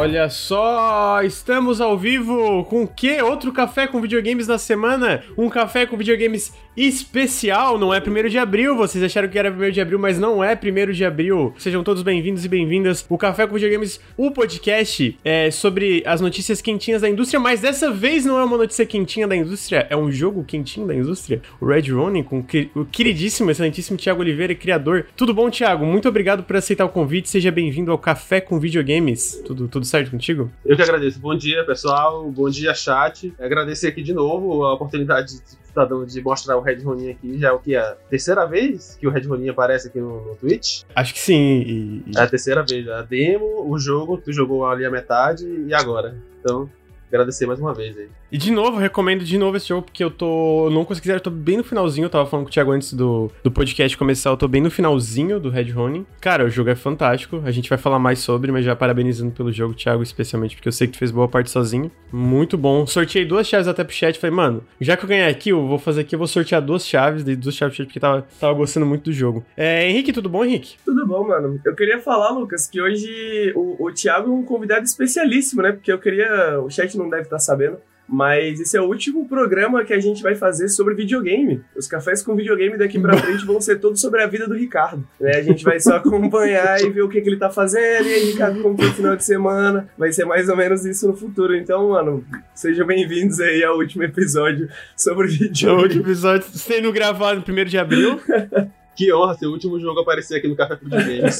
Olha só, estamos ao vivo com o quê? Outro café com videogames na semana? Um café com videogames especial, não é 1º de abril, vocês acharam que era 1º de abril, mas não é 1º de abril. Sejam todos bem-vindos e bem-vindas. O Café com Videogames, o podcast sobre as notícias quentinhas da indústria, mas dessa vez não é uma notícia quentinha da indústria, é um jogo quentinho da indústria. O Red Ronin, com o queridíssimo, excelentíssimo Thiago Oliveira, criador. Tudo bom, Thiago? Muito obrigado por aceitar o convite, seja bem-vindo ao Café com Videogames. Tudo certo contigo? Eu que agradeço. Bom dia, pessoal. Bom dia, chat. Agradecer aqui de novo a oportunidade de mostrar o Red Ronin aqui. Já é o que? A terceira vez que o Red Ronin aparece aqui no Twitch? Acho que sim. É a terceira vez. A demo, o jogo, tu jogou ali a metade e agora. Então, agradecer mais uma vez aí. E de novo, recomendo de novo esse jogo, porque eu não consegui, eu tô bem no finalzinho, eu tava falando com o Thiago antes do podcast começar, eu tô bem no finalzinho do Red Ronin. Cara, o jogo é fantástico, a gente vai falar mais sobre, mas já parabenizando pelo jogo, Thiago, especialmente, porque eu sei que tu fez boa parte sozinho. Muito bom. Sorteei 2 chaves até pro chat, falei, mano, já que eu ganhar aqui, eu vou fazer aqui, eu vou sortear 2 chaves, dei 2 chaves pro chat, porque tava gostando muito do jogo. Henrique, tudo bom, Henrique? Tudo bom, mano. Eu queria falar, Lucas, que hoje o Thiago é um convidado especialíssimo, né, porque o chat não deve estar sabendo, mas esse é o último programa que a gente vai fazer sobre videogame. Os cafés com videogame daqui pra frente vão ser todos sobre a vida do Ricardo, né? A gente vai só acompanhar e ver o que ele tá fazendo, e aí, Ricardo, como foi o final de semana. Vai ser mais ou menos isso no futuro. Então, mano, sejam bem-vindos aí ao último episódio sobre videogame. O último episódio sendo gravado no 1º de abril. Que honra ser o último jogo a aparecer aqui no Café com Videogames.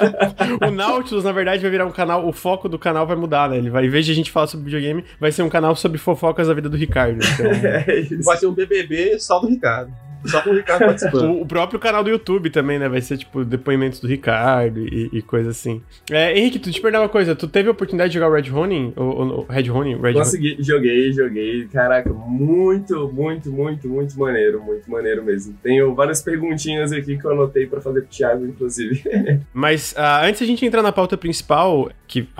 O Nautilus, na verdade, vai virar um canal, o foco do canal vai mudar, né? Ele vai, em vez de a gente falar sobre videogame, vai ser um canal sobre fofocas da vida do Ricardo. Então... Vai ser um BBB só do Ricardo. Só com o Ricardo participando. O próprio canal do YouTube também, né? Vai ser, tipo, depoimentos do Ricardo e coisa assim. Henrique, tu te perguntar uma coisa. Tu teve a oportunidade de jogar o Red Ronin? O Red Ronin? Consegui, joguei. Caraca, muito maneiro. Muito maneiro mesmo. Tenho várias perguntinhas aqui que eu anotei pra fazer pro Thiago, inclusive. Mas, antes da gente entrar na pauta principal,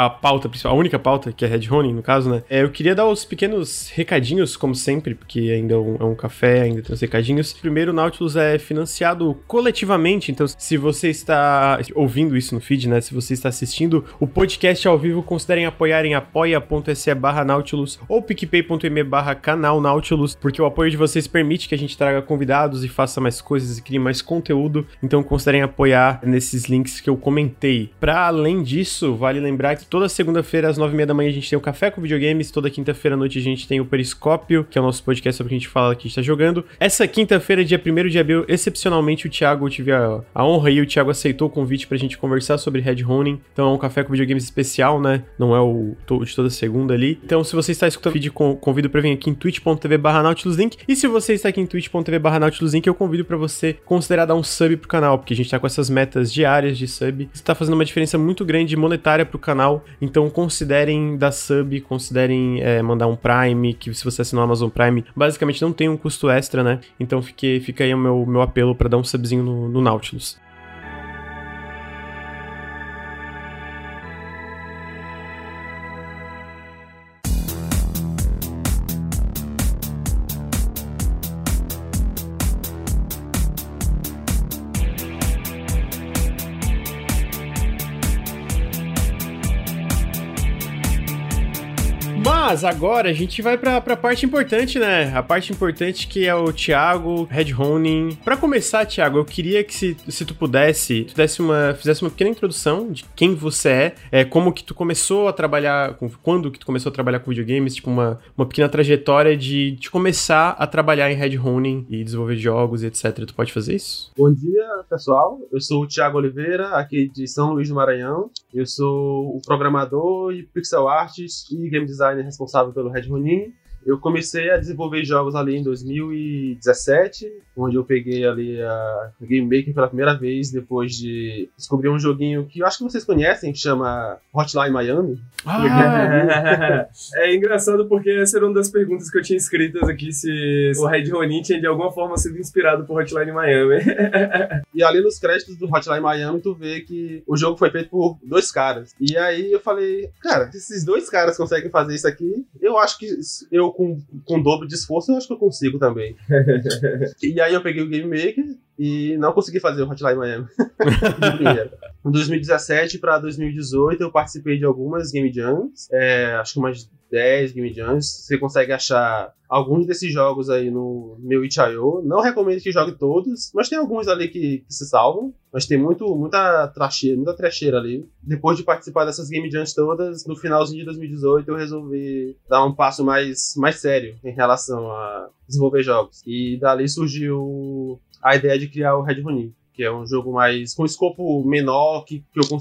a única pauta, que é Red Ronin, no caso, né? Eu queria dar os pequenos recadinhos, como sempre, porque ainda é um café, ainda tem os recadinhos. Primeiro, o Nautilus é financiado coletivamente, então se você está ouvindo isso no feed, né, se você está assistindo o podcast ao vivo, considerem apoiar em apoia.se/Nautilus ou picpay.me/canal Nautilus, porque o apoio de vocês permite que a gente traga convidados e faça mais coisas e crie mais conteúdo, então considerem apoiar nesses links que eu comentei. Para além disso, vale lembrar que toda segunda-feira às 9h30 da manhã a gente tem o Café com Videogames, toda quinta-feira à noite a gente tem o Periscópio, que é o nosso podcast sobre o que a gente fala que a gente tá jogando. Essa quinta-feira, dia 1º de abril, excepcionalmente o Thiago, eu tive a honra e o Thiago aceitou o convite pra gente conversar sobre Red Ronin. Então é um café com videogames especial, né? Não é o de toda segunda ali. Então se você está escutando o vídeo, convido pra vir aqui em twitch.tv/NautilusLink. E se você está aqui em twitch.tv/NautilusLink, eu convido pra você considerar dar um sub pro canal, porque a gente tá com essas metas diárias de sub. Isso tá fazendo uma diferença muito grande monetária pro canal. Então considerem dar sub, considerem mandar um Prime, que se você assinar o Amazon Prime, basicamente não tem um custo extra, né? Então fica aí o meu apelo pra dar um subzinho no Nautilus. Mas agora a gente vai pra parte importante, né? A parte importante que é o Thiago, Red Ronin. Pra começar, Thiago, eu queria que se tu pudesse, fizesse uma pequena introdução de quem você como que tu começou a trabalhar, quando que tu começou a trabalhar com videogames, tipo uma pequena trajetória de começar a trabalhar em Red Ronin e desenvolver jogos e etc. Tu pode fazer isso? Bom dia, pessoal. Eu sou o Thiago Oliveira, aqui de São Luís do Maranhão. Eu sou o programador e pixel artist e game designer responsável pelo Red Ronin. Eu comecei a desenvolver jogos ali em 2017, onde eu peguei ali a Game Maker pela primeira vez, depois de descobrir um joguinho que eu acho que vocês conhecem, que chama Hotline Miami. É engraçado porque essa era uma das perguntas que eu tinha escritas aqui, se o Red Ronin tinha de alguma forma sido inspirado por Hotline Miami. E ali nos créditos do Hotline Miami, tu vê que o jogo foi feito por 2 caras. E aí eu falei, cara, se esses 2 caras conseguem fazer isso aqui, eu acho que eu com o dobro de esforço, eu acho que eu consigo também. E aí eu peguei o Game Maker, e não consegui fazer o Hotline Miami de primeira. Em 2017 para 2018 eu participei de algumas Game Jams, acho que umas 10 Game Jams. Você consegue achar alguns desses jogos aí no meu itch.io. Não recomendo que jogue todos, mas tem alguns ali que se salvam. Mas tem muita trecheira ali. Depois de participar dessas Game Jams todas, no finalzinho de 2018 eu resolvi dar um passo mais sério em relação a desenvolver jogos. E dali surgiu a ideia de criar o Red Ronin, que é um jogo mais com escopo menor que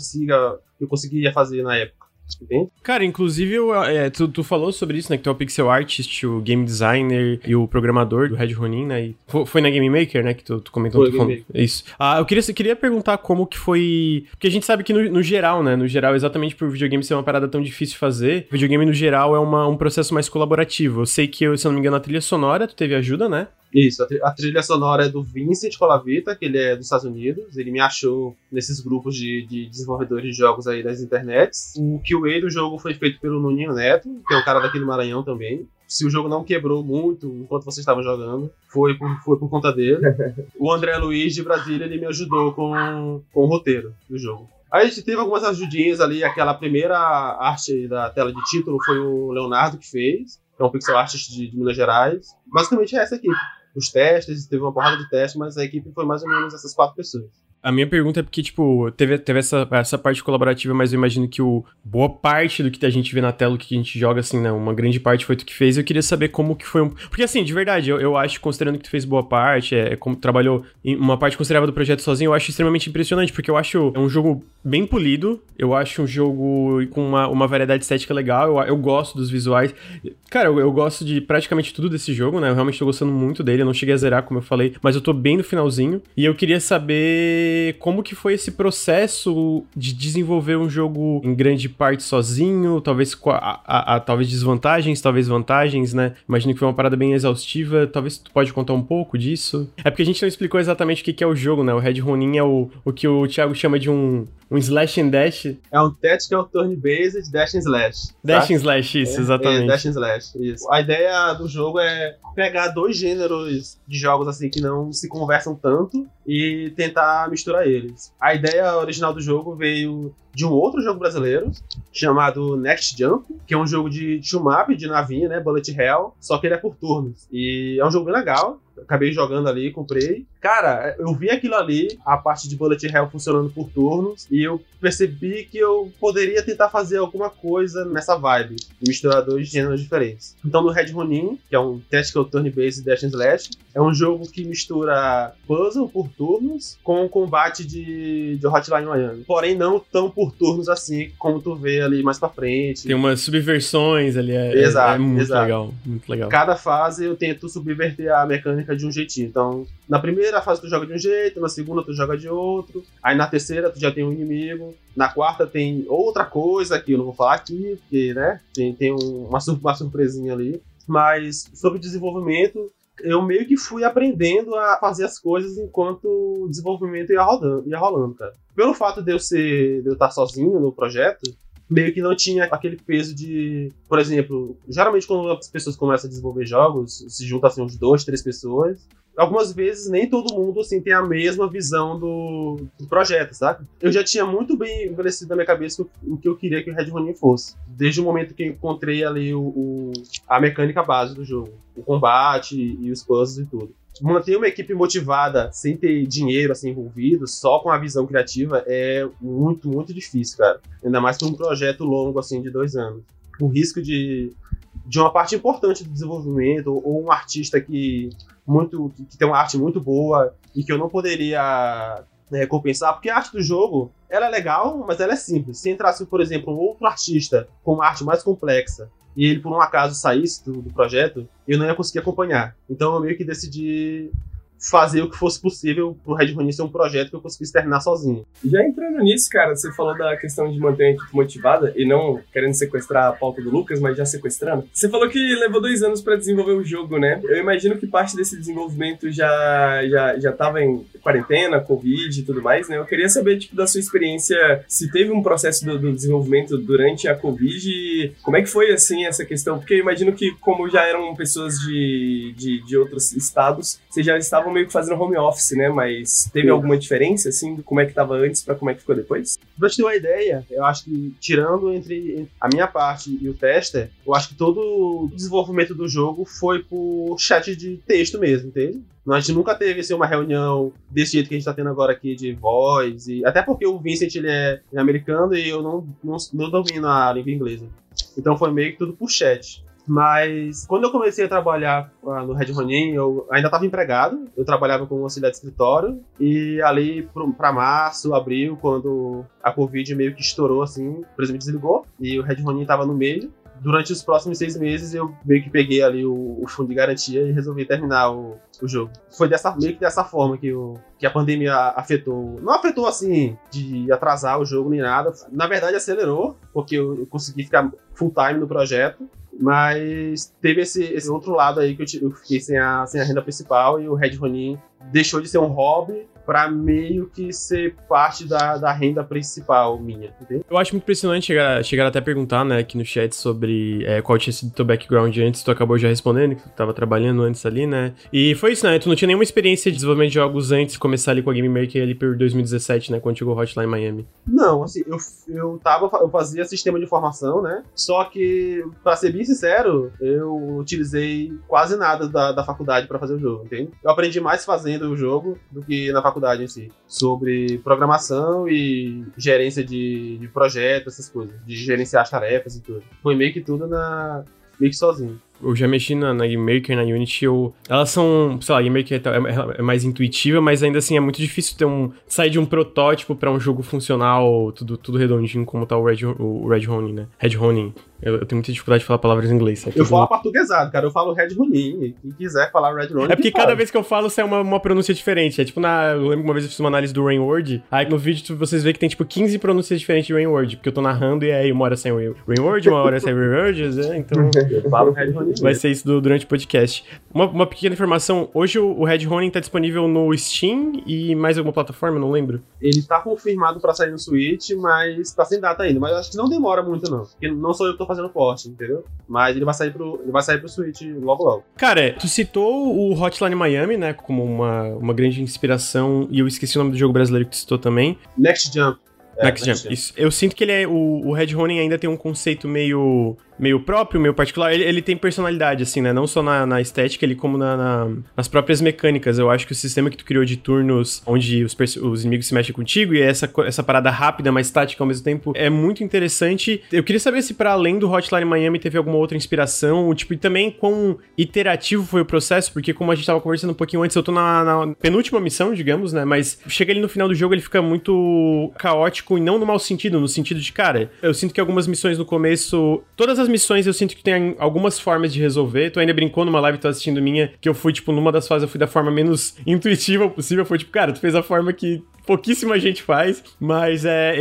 eu conseguiria fazer na época. Entende? Cara, inclusive tu falou sobre isso, né? Que tu é o pixel artist, o game designer e o programador do Red Ronin, né? E foi na Game Maker, né? Que tu comentou. Isso. Eu queria perguntar como que foi... Porque a gente sabe que no geral, né? No geral, exatamente por videogame ser uma parada tão difícil de fazer, videogame no geral é um processo mais colaborativo. Eu sei que, se eu não me engano, a trilha sonora, tu teve ajuda, né? Isso, a trilha sonora é do Vincent Colavita, que ele é dos Estados Unidos. Ele me achou nesses grupos de desenvolvedores de jogos aí das internets. O QA do jogo foi feito pelo Nuninho Neto, que é um cara daqui do Maranhão também. Se o jogo não quebrou muito enquanto vocês estavam jogando, foi por conta dele. O André Luiz, de Brasília, ele me ajudou com o roteiro do jogo. Aí a gente teve algumas ajudinhas ali. Aquela primeira arte da tela de título foi o Leonardo que fez, que é um pixel artist de Minas Gerais. Basicamente é essa equipe. Os testes, teve uma porrada de testes, mas a equipe foi mais ou menos essas 4 pessoas. A minha pergunta é porque, tipo, teve essa parte colaborativa, mas eu imagino que boa parte do que a gente vê na tela, o que a gente joga, assim, né, uma grande parte foi tu que fez. Eu queria saber como que foi Porque, assim, de verdade, eu acho, considerando que tu fez boa parte, como tu trabalhou em uma parte considerável do projeto sozinho, eu acho extremamente impressionante, porque eu acho um jogo bem polido, eu acho um jogo com uma variedade estética legal, eu gosto dos visuais. Cara, eu gosto de praticamente tudo desse jogo, né, eu realmente tô gostando muito dele, eu não cheguei a zerar, como eu falei, mas eu tô bem no finalzinho, e eu queria saber como que foi esse processo de desenvolver um jogo em grande parte sozinho, talvez talvez desvantagens, talvez vantagens, né? Imagino que foi uma parada bem exaustiva, talvez tu pode contar um pouco disso. É porque a gente não explicou exatamente o que é o jogo, né? O Red Ronin é o que o Thiago chama de um slash and dash. É um tactical turn-based dash and slash. Dash and slash, isso, exatamente. Dash and slash, isso. A ideia do jogo é pegar 2 gêneros de jogos assim que não se conversam tanto e tentar misturar eles. A ideia original do jogo veio de um outro jogo brasileiro chamado Next Jump, que é um jogo de shoot-em-up, de navinha, né, bullet hell, só que ele é por turnos. E é um jogo bem legal. Acabei jogando ali, comprei. Cara, eu vi aquilo ali, a parte de bullet hell funcionando por turnos, e eu percebi que eu poderia tentar fazer alguma coisa nessa vibe, misturar 2 gêneros diferentes. Então, no Red Ronin, que é um tactical turn-based dash and slash, é um jogo que mistura puzzle por turnos com combate de Hotline Miami. Porém, não tão por turnos assim, como tu vê ali mais pra frente. Tem umas subversões ali, exato, muito legal, muito legal. Cada fase eu tento subverter a mecânica de um jeitinho. Então, na primeira fase tu joga de um jeito, na segunda tu joga de outro, aí na terceira tu já tem um inimigo, na quarta tem outra coisa que eu não vou falar aqui, porque, né, tem uma surpresinha ali. Mas sobre desenvolvimento, eu meio que fui aprendendo a fazer as coisas enquanto o desenvolvimento ia rolando, cara. Pelo fato de eu estar sozinho no projeto, meio que não tinha aquele peso de... Por exemplo, geralmente quando as pessoas começam a desenvolver jogos, se juntam assim uns 2, 3 pessoas, algumas vezes nem todo mundo assim, tem a mesma visão do projeto, sabe? Eu já tinha muito bem envelhecido na minha cabeça o que eu queria que o Red Ronin fosse. Desde o momento que eu encontrei ali a mecânica base do jogo. O combate e os puzzles e tudo. Manter uma equipe motivada sem ter dinheiro assim, envolvido, só com a visão criativa, é muito, muito difícil, cara. Ainda mais para um projeto longo assim, de 2 anos. O risco de uma parte importante do desenvolvimento, ou um artista que tem uma arte muito boa e que eu não poderia recompensar, porque a arte do jogo ela é legal, mas ela é simples. Se entrasse, por exemplo, um outro artista com uma arte mais complexa e ele, por um acaso, saísse do projeto, eu não ia conseguir acompanhar. Então eu meio que decidi fazer o que fosse possível pro Red Ronin ser um projeto que eu conseguisse terminar sozinho. Já entrando nisso, cara, você falou da questão de manter a equipe motivada e não querendo sequestrar a pauta do Lucas, mas já sequestrando. Você falou que levou 2 anos pra desenvolver o jogo, né? Eu imagino que parte desse desenvolvimento já tava em quarentena, Covid e tudo mais, né? Eu queria saber, tipo, da sua experiência, se teve um processo do desenvolvimento durante a Covid e como é que foi, assim, essa questão? Porque eu imagino que, como já eram pessoas de outros estados, vocês já estavam estavam meio que fazendo home office, né? Mas teve alguma diferença, assim, de como é que tava antes pra como é que ficou depois? Pra te ter uma ideia, eu acho que, tirando entre a minha parte e o tester, eu acho que todo o desenvolvimento do jogo foi por chat de texto mesmo, entende? A gente nunca teve assim, uma reunião desse jeito que a gente tá tendo agora aqui, de voz, e até porque o Vincent ele é americano e eu não domino a língua inglesa. Então foi meio que tudo por chat. Mas quando eu comecei a trabalhar no Red Ronin, eu ainda estava empregado. Eu trabalhava como auxiliar de escritório. E ali para março, abril, quando a Covid meio que estourou, assim, o presidente desligou. E o Red Ronin estava no meio. Durante os próximos 6 meses, eu meio que peguei ali o fundo de garantia e resolvi terminar o jogo. Foi meio que dessa forma que a pandemia afetou. Não afetou, assim, de atrasar o jogo nem nada. Na verdade, acelerou, porque eu consegui ficar full time no projeto. Mas teve esse outro lado aí que eu fiquei sem a renda principal e o Red Ronin deixou de ser um hobby pra meio que ser parte da renda principal minha, entendeu? Eu acho muito impressionante chegar até a perguntar, né, aqui no chat sobre qual tinha sido o teu background antes, tu acabou já respondendo, que tu tava trabalhando antes ali, né? E foi isso, né? Tu não tinha nenhuma experiência de desenvolvimento de jogos antes de começar ali com a Game Maker ali por 2017, né, quando chegou Hotline Miami. Não, assim, eu fazia sistema de informação, né? Só que, pra ser bem sincero, eu utilizei quase nada da faculdade pra fazer o jogo, entende? Eu aprendi mais fazendo o jogo do que na faculdade em si, sobre programação e gerência de projetos, essas coisas, de gerenciar as tarefas e tudo. Foi meio que tudo meio que sozinho. Eu já mexi na Game Maker, na Unity, elas são, sei lá, a Game Maker é mais intuitiva, mas ainda assim é muito difícil sair de um protótipo pra um jogo funcional, tudo redondinho, como tá o Red Ronin, né? Red Ronin. Eu tenho muita dificuldade de falar palavras em inglês. Eu falo portuguesado, cara. Eu falo Red Ronin. Quem quiser falar Red Ronin. É porque cada vez que eu falo, sai uma pronúncia diferente. É tipo, eu lembro que uma vez eu fiz uma análise do Rainward. Aí no vídeo vocês veem que tem tipo 15 pronúncias diferentes de Rainward. Porque eu tô narrando e aí uma hora sai Rainward, uma hora sai Rainward. Então. Eu falo Red Ronin. Vai ser isso durante o podcast. Uma pequena informação. Hoje o Red Ronin tá disponível no Steam e mais alguma plataforma, não lembro. Ele tá confirmado pra sair no Switch, mas tá sem data ainda. Mas eu acho que não demora muito, não. Porque não sou eu que tô fazendo porte, entendeu? Mas ele vai sair pro Switch logo. Cara, tu citou o Hotline Miami, né, como uma grande inspiração, e eu esqueci o nome do jogo brasileiro que tu citou também. Next Jump. Next Jump, isso. Eu sinto que o Red Ronin ainda tem um conceito meio próprio, meio particular. Ele tem personalidade, assim, né? Não só na estética, ele como nas próprias mecânicas. Eu acho que o sistema que tu criou de turnos, onde os inimigos se mexem contigo, e essa parada rápida, mas tática ao mesmo tempo, é muito interessante. Eu queria saber se para além do Hotline Miami teve alguma outra inspiração, tipo, e também quão iterativo foi o processo, porque como a gente tava conversando um pouquinho antes, eu tô na penúltima missão, digamos, né? Mas chega ali no final do jogo, ele fica muito caótico, e não no mau sentido, no sentido de, cara, eu sinto que algumas missões no começo, todas as missões eu sinto que tem algumas formas de resolver. Tu ainda brincou numa live que tu assistindo minha, que eu fui, tipo, numa das fases eu fui da forma menos intuitiva possível, foi tipo, cara, tu fez a forma que pouquíssima gente faz, mas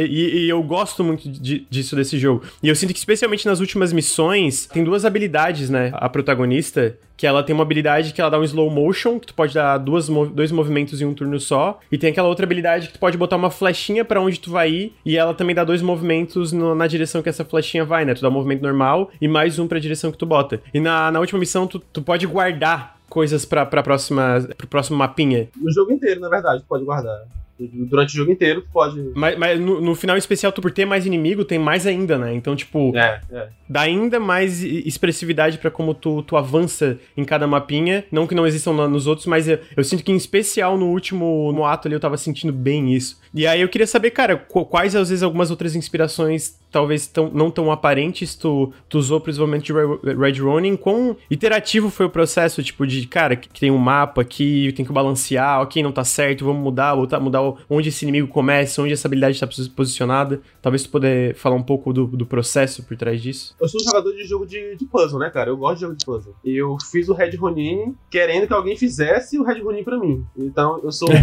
e eu gosto muito disso desse jogo. E eu sinto que especialmente nas últimas missões, tem duas habilidades, né? A protagonista, que ela tem uma habilidade que ela dá um slow motion, que tu pode dar dois movimentos em um turno só, e tem aquela outra habilidade que tu pode botar uma flechinha pra onde tu vai ir, e ela também dá 2 movimentos na direção que essa flechinha vai, né? Tu dá um movimento normal e mais um pra direção que tu bota. E na última missão, tu pode guardar coisas pro próximo mapinha. No jogo inteiro, na verdade, tu pode guardar. Durante o jogo inteiro, tu pode... Mas no final especial, tu por ter mais inimigo, tem mais ainda, né? Então, tipo... Dá ainda mais expressividade pra como tu avança em cada mapinha. Não que não existam nos outros, mas eu sinto que, em especial, no ato ali, eu tava sentindo bem isso. E aí, eu queria saber, cara, quais, às vezes, algumas outras inspirações, talvez não tão aparentes, tu usou pro desenvolvimento de Red Ronin. Quão iterativo foi o processo, tipo, de, cara, que tem um mapa aqui, tem que balancear, ok, não tá certo, vamos mudar onde esse inimigo começa, onde essa habilidade tá posicionada. Talvez tu puder falar um pouco do processo por trás disso. Eu sou um jogador de jogo de puzzle, né, cara? Eu gosto de jogo de puzzle. E eu fiz o Red Ronin querendo que alguém fizesse o Red Ronin pra mim. Então, eu sou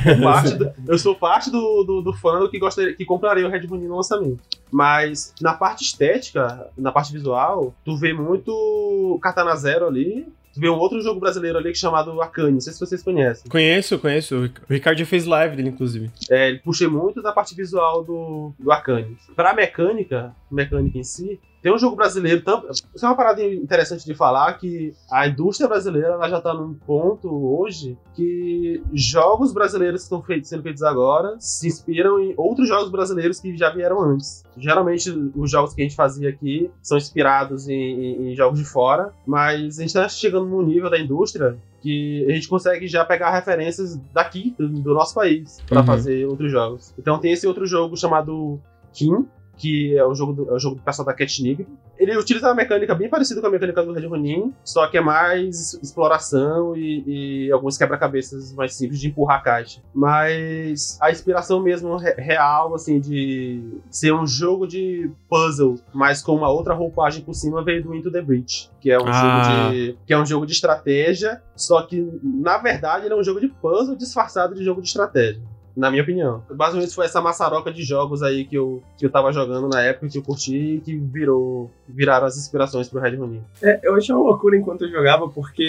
parte do fã que compraria o Red Ronin no lançamento. Mas, na parte estética, na parte visual, tu vê muito Katana Zero ali. Tu vê um outro jogo brasileiro ali chamado Akane, não sei se vocês conhecem. Conheço. O Ricardo já fez live dele, inclusive. Ele puxei muito da parte visual do Akane. Pra mecânica em si, Tem um jogo brasileiro, isso é uma parada interessante de falar, que a indústria brasileira ela já tá num ponto hoje que jogos brasileiros que estão sendo feitos agora se inspiram em outros jogos brasileiros que já vieram antes. Geralmente, os jogos que a gente fazia aqui são inspirados em jogos de fora, mas a gente tá chegando num nível da indústria que a gente consegue já pegar referências daqui, do nosso país, para fazer outros jogos. Então tem esse outro jogo chamado Kim, que é o jogo do pessoal da Catnip. Ele utiliza uma mecânica bem parecida com a mecânica do Red Ronin, só que é mais exploração e alguns quebra-cabeças mais simples de empurrar a caixa. Mas a inspiração mesmo real, assim, de ser um jogo de puzzle, mas com uma outra roupagem por cima, veio do Into the Breach, que é um jogo de estratégia, só que, na verdade, ele é um jogo de puzzle disfarçado de jogo de estratégia. Na minha opinião. Basicamente foi essa maçaroca de jogos aí que eu tava jogando na época, que eu curti e que viraram as inspirações pro Red Ronin. Eu achei uma loucura enquanto eu jogava,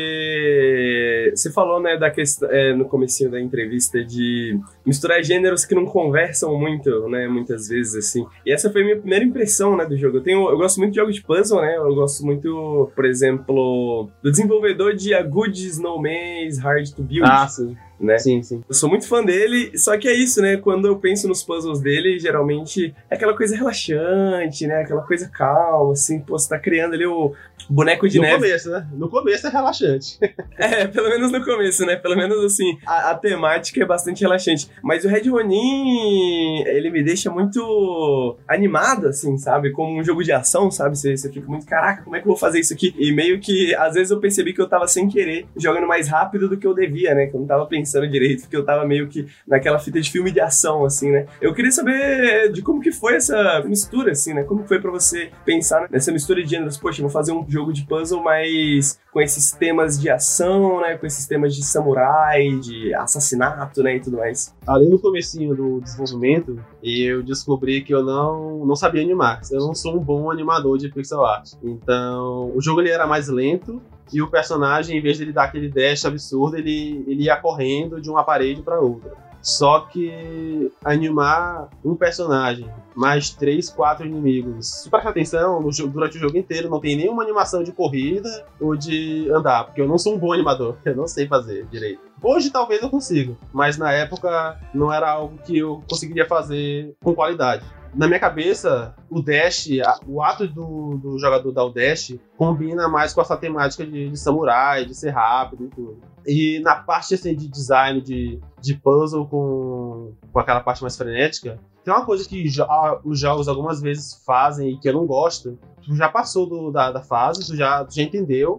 porque você falou, né, da questão, no comecinho da entrevista, de misturar gêneros que não conversam muito, né, muitas vezes, assim. E essa foi a minha primeira impressão, né, do jogo. Eu gosto muito de jogos de puzzle, né, eu gosto muito, por exemplo, do desenvolvedor de A Good Snowman's Hard to Build. Ah, sim. Né? Sim. Eu sou muito fã dele, só que é isso, né? Quando eu penso nos puzzles dele, geralmente é aquela coisa relaxante, né? Aquela coisa calma, assim, pô, você tá criando ali o boneco de neve. No começo, né? No começo é relaxante. Pelo menos no começo, né? Pelo menos, assim, a temática é bastante relaxante. Mas o Red Ronin, ele me deixa muito animado, assim, sabe? Como um jogo de ação, sabe? Você fica muito, caraca, como é que eu vou fazer isso aqui? E meio que, às vezes eu percebi que eu tava sem querer jogando mais rápido do que eu devia, né? Que eu não tava pensando direito, porque eu tava meio que naquela fita de filme de ação, assim, né? Eu queria saber de como que foi essa mistura, assim, né? Como foi pra você pensar nessa mistura de gêneros? Poxa, eu vou fazer um jogo de puzzle, mas com esses temas de ação, né? Com esses temas de samurai, de assassinato, né? E tudo mais. Ali no comecinho do desenvolvimento, eu descobri que eu não sabia animar. Eu não sou um bom animador de pixel art. Então, o jogo ele era mais lento, e o personagem, em vez de ele dar aquele dash absurdo, ele ia correndo de uma parede para outra. Só que animar um personagem mais 3, 4 inimigos. Se prestar atenção, durante o jogo inteiro não tem nenhuma animação de corrida ou de andar, porque eu não sou um bom animador, eu não sei fazer direito. Hoje talvez eu consiga, mas na época não era algo que eu conseguiria fazer com qualidade. Na minha cabeça, o dash, o ato do jogador dar o dash, combina mais com essa temática de samurai, de ser rápido e tudo. E na parte assim, de design, de puzzle com aquela parte mais frenética, tem uma coisa que os jogos algumas vezes fazem e que eu não gosto. Tu já passou da fase, tu já entendeu,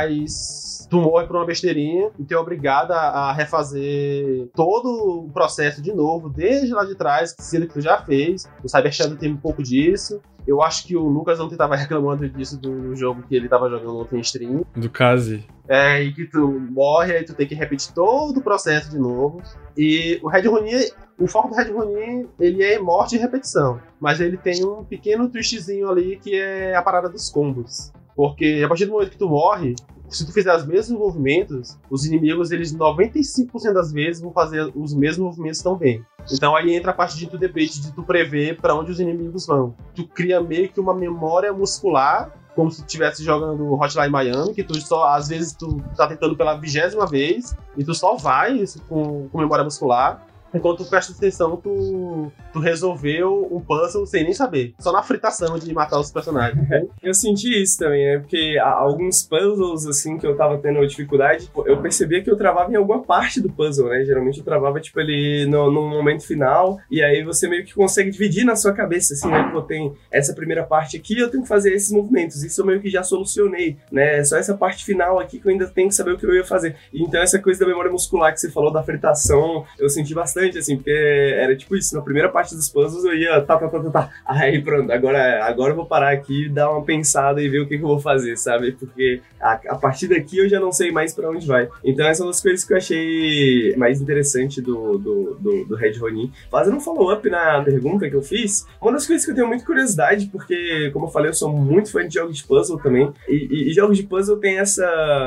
mas tu morre por uma besteirinha e tu é obrigado a refazer todo o processo de novo, desde lá de trás, sendo que tu já fez. O Cyber Shadow tem um pouco disso. Eu acho que o Lucas não estava reclamando disso do jogo que ele estava jogando ontem em stream. Do Kazi. E que tu morre, aí tu tem que repetir todo o processo de novo. E o Red Ronin, o foco do Red Ronin, ele é morte e repetição. Mas ele tem um pequeno twistzinho ali que é a parada dos combos. Porque a partir do momento que tu morre, se tu fizer os mesmos movimentos, os inimigos, eles 95% das vezes vão fazer os mesmos movimentos também. Então aí entra a parte de tu debate, de tu prever pra onde os inimigos vão. Tu cria meio que uma memória muscular, como se tu estivesse jogando Hotline Miami, que tu só, às vezes, tu tá tentando pela 20ª vez, e tu só vai com memória muscular. Enquanto tu presta atenção, tu resolveu um puzzle sem nem saber. Só na fritação de matar os personagens. Eu senti isso também, né? Porque alguns puzzles, assim, que eu tava tendo dificuldade, eu percebia que eu travava em alguma parte do puzzle, né? Geralmente eu travava, tipo, ali no momento final, e aí você meio que consegue dividir na sua cabeça, assim, né? Pô, tem essa primeira parte aqui, eu tenho que fazer esses movimentos. Isso eu meio que já solucionei, né? Só essa parte final aqui que eu ainda tenho que saber o que eu ia fazer. Então essa coisa da memória muscular que você falou, da fritação, eu senti bastante, assim, porque era tipo isso, na primeira parte dos puzzles eu ia tá, aí pronto, agora eu vou parar aqui, dar uma pensada e ver o que eu vou fazer, sabe, porque a partir daqui eu já não sei mais pra onde vai. Então essa é uma das coisas que eu achei mais interessante do Red Ronin. Fazendo um follow-up na pergunta que eu fiz, uma das coisas que eu tenho muita curiosidade, porque, como eu falei, eu sou muito fã de jogos de puzzle também, e jogos de puzzle tem essa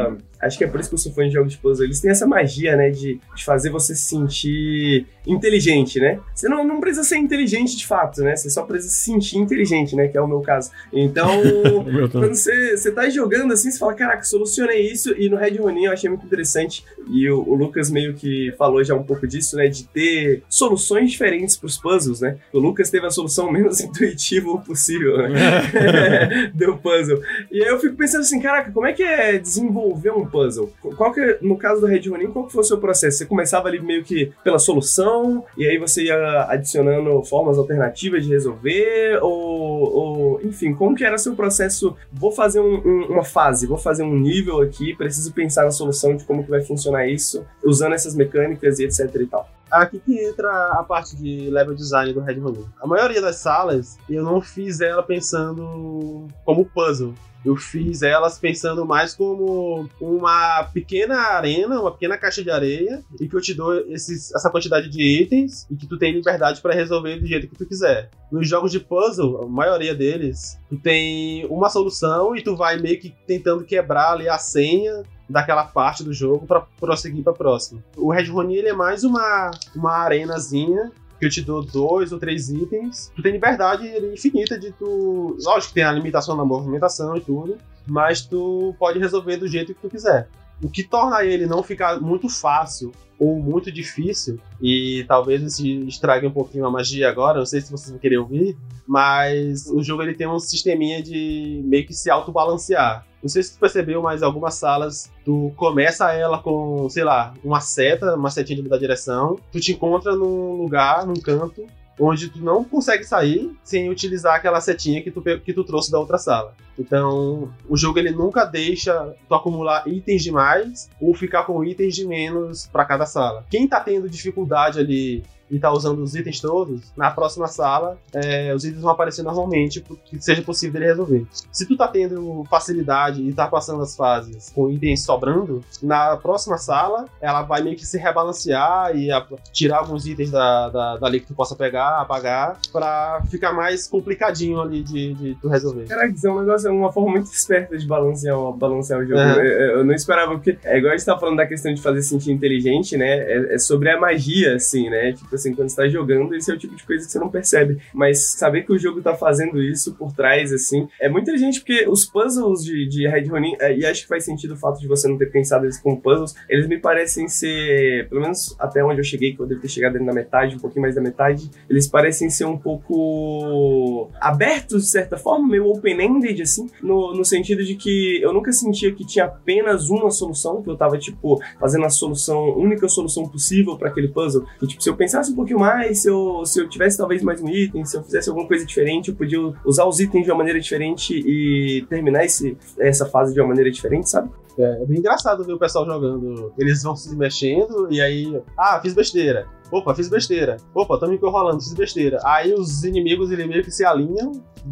acho que é por isso que eu sou fã de jogos de puzzle. Eles têm essa magia, né, de fazer você se sentir inteligente, né? Você não precisa ser inteligente de fato, né? Você só precisa se sentir inteligente, né? Que é o meu caso. Então, quando você tá jogando assim, você fala, caraca, solucionei isso. E no Red Ronin eu achei muito interessante. E o Lucas meio que falou já um pouco disso, né? De ter soluções diferentes pros puzzles, né? O Lucas teve a solução menos intuitiva possível, né? Do puzzle. E aí eu fico pensando assim, caraca, como é que é desenvolver um puzzle? Qual que é, no caso do Red Ronin, qual que foi o seu processo? Você começava ali meio que pela solução, e aí você ia adicionando formas alternativas de resolver, ou enfim, como que era seu processo? Vou fazer uma fase, vou fazer um nível aqui, preciso pensar na solução de como que vai funcionar isso, usando essas mecânicas e etc e tal. Aqui que entra a parte de level design do Red Ronin. A maioria das salas, eu não fiz ela pensando como puzzle. Eu fiz elas pensando mais como uma pequena arena, uma pequena caixa de areia, e que eu te dou essa quantidade de itens e que tu tem liberdade para resolver do jeito que tu quiser. Nos jogos de puzzle, a maioria deles, tu tem uma solução e tu vai meio que tentando quebrar ali a senha daquela parte do jogo para prosseguir para a próxima. O Red Ronin ele é mais uma arenazinha que eu te dou 2 ou 3 itens. Tu tem liberdade infinita de tu... Lógico que tem a limitação na movimentação e tudo, mas tu pode resolver do jeito que tu quiser. O que torna ele não ficar muito fácil ou muito difícil, e talvez isso estrague um pouquinho a magia agora, não sei se vocês vão querer ouvir, mas o jogo ele tem um sisteminha de meio que se autobalancear. Não sei se tu percebeu, mas algumas salas tu começa ela com, sei lá, uma setinha de mudar a direção, tu te encontra num lugar, num canto, onde tu não consegue sair sem utilizar aquela setinha que tu trouxe da outra sala. Então, o jogo ele nunca deixa tu acumular itens demais ou ficar com itens de menos para cada sala. Quem tá tendo dificuldade ali e tá usando os itens todos, na próxima sala, os itens vão aparecer normalmente, que seja possível ele resolver. Se tu tá tendo facilidade e tá passando as fases com itens sobrando, na próxima sala, ela vai meio que se rebalancear e tirar alguns itens dali que tu possa pegar, apagar, pra ficar mais complicadinho ali de tu resolver. Caraca, isso é um negócio, é uma forma muito esperta de balancear o jogo. Eu não esperava, porque é igual a gente tá falando da questão de fazer sentir inteligente, né? É sobre a magia, assim, né? Tipo assim, quando você tá jogando, esse é o tipo de coisa que você não percebe. Mas saber que o jogo tá fazendo isso por trás, assim, é muito inteligente, porque os puzzles de Red Ronin, e acho que faz sentido o fato de você não ter pensado eles como puzzles, eles me parecem ser, pelo menos até onde eu cheguei, que eu devo ter chegado ali na metade, um pouquinho mais da metade, eles parecem ser um pouco abertos, de certa forma, meio open-ended, assim, no sentido de que eu nunca sentia que tinha apenas uma solução, que eu tava, tipo, fazendo a única solução possível pra aquele puzzle. E, tipo, se eu pensasse um pouquinho mais, se eu tivesse talvez mais um item, se eu fizesse alguma coisa diferente, eu podia usar os itens de uma maneira diferente e terminar essa fase de uma maneira diferente, sabe? É bem engraçado ver o pessoal jogando. Eles vão se mexendo e aí... fiz besteira. Opa, fiz besteira. Opa, tô me enrolando, fiz besteira. Aí os inimigos, ele meio que se alinham.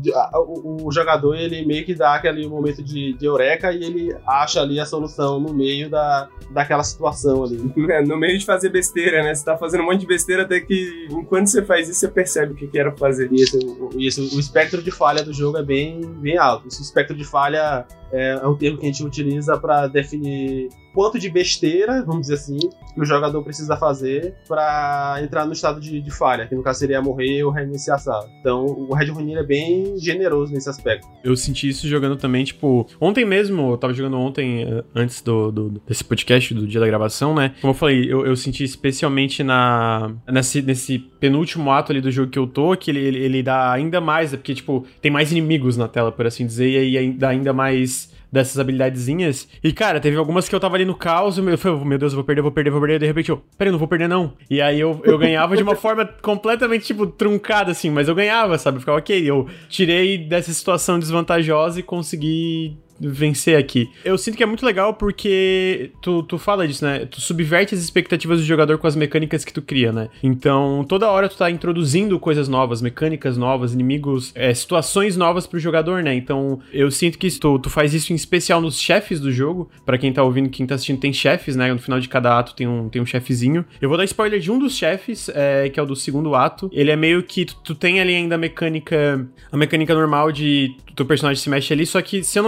O jogador, ele meio que dá aquele momento de eureka e ele acha ali a solução no meio daquela situação ali. No meio de fazer besteira, né? Você tá fazendo um monte de besteira até que, enquanto você faz isso, você percebe o que era fazer. Isso. O espectro de falha do jogo é bem, bem alto. Esse espectro de falha é um termo que a gente utiliza para definir quanto de besteira, vamos dizer assim, que o jogador precisa fazer para entrar no estado de falha, que no caso seria morrer ou reiniciar a sala. Então, o Red Ronin é bem generoso nesse aspecto. Eu senti isso jogando também, tipo... Ontem mesmo, eu tava jogando ontem, antes desse podcast, do dia da gravação, né? Como eu falei, eu senti especialmente nesse penúltimo ato ali do jogo que eu tô, que ele dá ainda mais, porque, tipo, tem mais inimigos na tela, por assim dizer, e aí dá ainda mais dessas habilidadezinhas. E, cara, teve algumas que eu tava ali no caos, eu falei, meu Deus, eu vou perder, de repente peraí, não vou perder não. E aí eu ganhava de uma forma completamente, tipo, truncada, assim, mas eu ganhava, sabe? Eu ficava, ok, eu tirei dessa situação desvantajosa e consegui vencer aqui. Eu sinto que é muito legal porque tu fala disso, né? Tu subverte as expectativas do jogador com as mecânicas que tu cria, né? Então, toda hora tu tá introduzindo coisas novas, mecânicas novas, inimigos, situações novas pro jogador, né? Então, eu sinto que tu faz isso em especial nos chefes do jogo. Pra quem tá ouvindo, quem tá assistindo, tem chefes, né? No final de cada ato tem um chefezinho. Eu vou dar spoiler de um dos chefes, que é o do segundo ato. Ele é meio que tu tem ali ainda a mecânica normal de teu personagem se mexe ali, só que, se eu não me engano,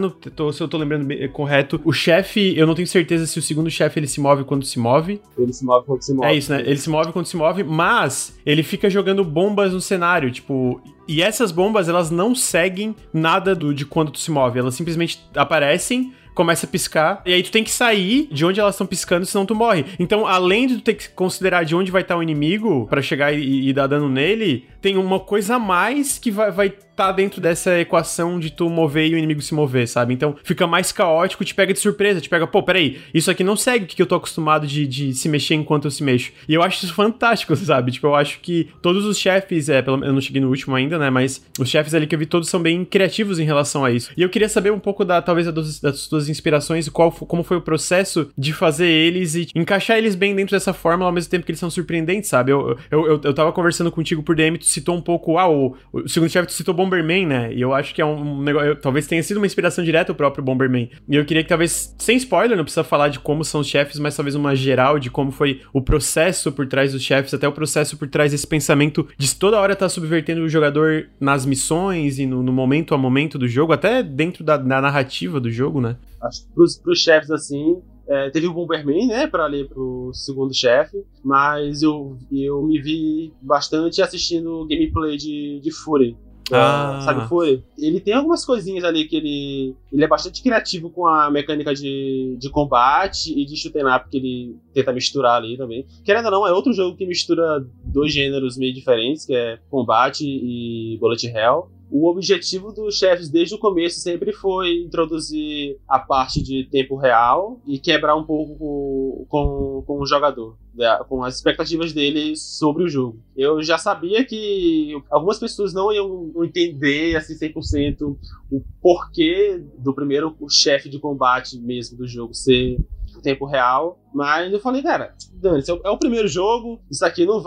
engano, se eu tô lembrando correto, o chefe, eu não tenho certeza se o segundo chefe ele se move quando se move. Ele se move quando se move. É isso, né? Ele se move quando se move, mas ele fica jogando bombas no cenário, tipo... E essas bombas, elas não seguem nada de quando tu se move. Elas simplesmente aparecem, começa a piscar, e aí tu tem que sair de onde elas estão piscando, senão tu morre. Então, além de tu ter que considerar de onde vai estar o inimigo pra chegar e dar dano nele, tem uma coisa a mais que vai tá dentro dessa equação de tu mover e o inimigo se mover, sabe? Então, fica mais caótico, te pega de surpresa, te pega, pô, peraí, isso aqui não segue o que eu tô acostumado de se mexer enquanto eu se mexo. E eu acho isso fantástico, sabe? Tipo, eu acho que todos os chefes, eu não cheguei no último ainda, né? Mas os chefes ali que eu vi, todos são bem criativos em relação a isso. E eu queria saber um pouco talvez das tuas inspirações e como foi o processo de fazer eles e encaixar eles bem dentro dessa fórmula ao mesmo tempo que eles são surpreendentes, sabe? Eu tava conversando contigo por DM, tu citou um pouco, o segundo chefe tu citou Bomberman, né? E eu acho que é um negócio, talvez tenha sido uma inspiração direta o próprio Bomberman. E eu queria que talvez, sem spoiler, não precisa falar de como são os chefes, mas talvez uma geral de como foi o processo por trás dos chefes, até o processo por trás desse pensamento de toda hora estar subvertendo o jogador nas missões e no momento a momento do jogo, até dentro da narrativa do jogo, né? Acho que pros chefes, assim, teve o Bomberman, né, pra ler pro segundo chefe, mas eu me vi bastante assistindo gameplay de Fury. Sabe o Fury? Ele tem algumas coisinhas ali que ele é bastante criativo com a mecânica de combate e de shoot 'em up que ele tenta misturar ali também. Querendo ou não, é outro jogo que mistura dois gêneros meio diferentes, que é combate e bullet hell. O objetivo dos chefes desde o começo sempre foi introduzir a parte de tempo real e quebrar um pouco com o jogador, com as expectativas dele sobre o jogo. Eu já sabia que algumas pessoas não iam entender assim 100% o porquê do primeiro chefe de combate mesmo do jogo ser tempo real, mas eu falei, cara, dane-se, é o primeiro jogo, isso aqui não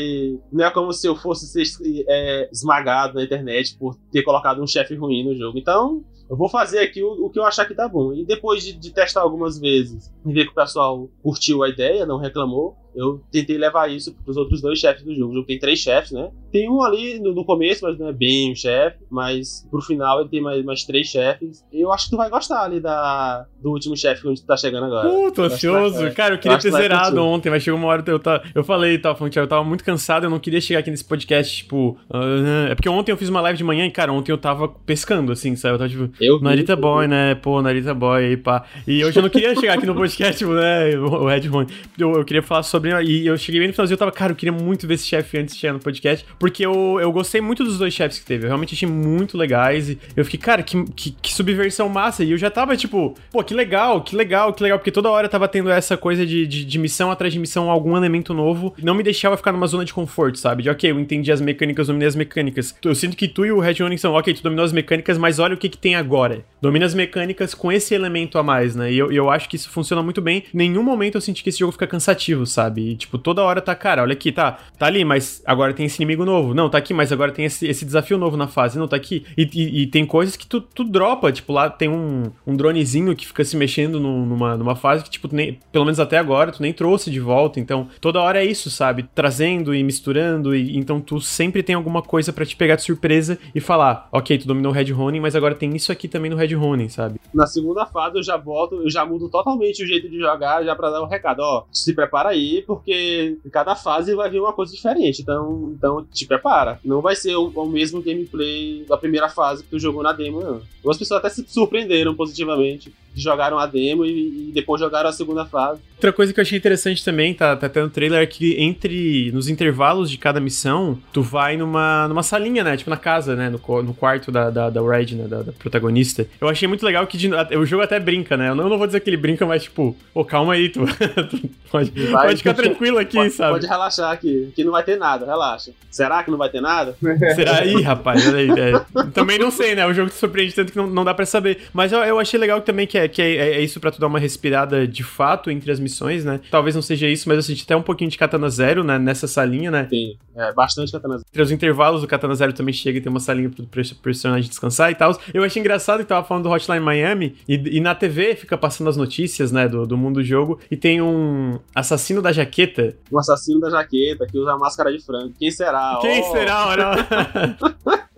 é como se eu fosse ser esmagado na internet por ter colocado um chefe ruim no jogo, então eu vou fazer aqui o que eu achar que tá bom. E depois de testar algumas vezes e ver que o pessoal curtiu a ideia, não reclamou, eu tentei levar isso pros outros dois chefes do jogo. O jogo tem 3 chefes, né? Tem um ali no começo, mas não é bem um chefe. Mas pro final ele tem mais 3 chefes. Eu acho que tu vai gostar ali do último chefe onde tu tá chegando agora. Tô ansioso. Cara, eu queria ter zerado ontem, mas chegou uma hora eu falei, falando, Thiago, eu tava muito cansado, eu não queria chegar aqui nesse podcast, tipo... é porque ontem eu fiz uma live de manhã e, cara, ontem eu tava pescando, assim, sabe? Eu tava tipo... Narita Boy, né? Pô, Narita Boy aí, pá. E hoje eu não queria chegar aqui no podcast, tipo, né? O Red Rony. Eu queria falar sobre... E eu cheguei bem no finalzinho, eu tava, cara, eu queria muito ver esse chefe antes de chegar no podcast, porque eu gostei muito dos dois chefes que teve. Eu realmente achei muito legais. E eu fiquei, cara, que subversão massa. E eu já tava, tipo, pô, que legal. Porque toda hora tava tendo essa coisa de missão atrás de missão, algum elemento novo. Não me deixava ficar numa zona de conforto, sabe? De, ok, eu entendi as mecânicas, dominei as mecânicas. Eu sinto que tu e o Red Rony são, ok, tu dominou as mecânicas, mas olha o que tem agora. Domina as mecânicas com esse elemento a mais, né? E eu acho que isso funciona muito bem. Em nenhum momento eu senti que esse jogo fica cansativo, sabe? E, tipo, toda hora tá, cara, olha aqui, tá ali, mas agora tem esse inimigo novo. Não, tá aqui, mas agora tem esse desafio novo na fase. Não, tá aqui. E tem coisas que tu dropa, tipo, lá tem um dronezinho que fica se mexendo numa fase que, tipo, pelo menos até agora, tu nem trouxe de volta. Então, toda hora é isso, sabe? Trazendo e misturando. Então, tu sempre tem alguma coisa pra te pegar de surpresa e falar, ok, tu dominou o Red Ronin, mas agora tem isso aqui também no Red Ronin, sabe? Na segunda fase eu já mudo totalmente o jeito de jogar, já pra dar um recado, ó, se prepara aí, porque em cada fase vai vir uma coisa diferente, então te prepara. Não vai ser o mesmo gameplay da primeira fase que tu jogou na demo, não. Algumas pessoas até se surpreenderam positivamente, jogaram a demo e depois jogaram a segunda fase. Outra coisa que eu achei interessante também, tá até no trailer, é que nos intervalos de cada missão, tu vai numa salinha, né? Tipo na casa, né? No quarto da Red, né? Da protagonista. Eu achei muito legal que o jogo até brinca, né? Eu não vou dizer que ele brinca, mas tipo, calma aí, tu pode ficar tranquilo aqui, sabe? Pode relaxar aqui, que não vai ter nada, relaxa. Será que não vai ter nada? Será aí, rapaz? Olha aí. Também não sei, né? O jogo te surpreende tanto que não dá pra saber. Mas eu achei legal também que é isso pra tu dar uma respirada de fato entre as missões, né? Talvez não seja isso, mas eu senti até um pouquinho de Katana Zero, né? Nessa salinha, né? Sim, bastante Katana Zero. Entre os intervalos, o Katana Zero também chega e tem uma salinha pro personagem descansar e tal. Eu achei engraçado que tava falando do Hotline Miami e na TV fica passando as notícias, né? Do mundo do jogo e tem um assassino da jaqueta. Um assassino da jaqueta que usa a máscara de frango. Quem será? Quem será? Olha.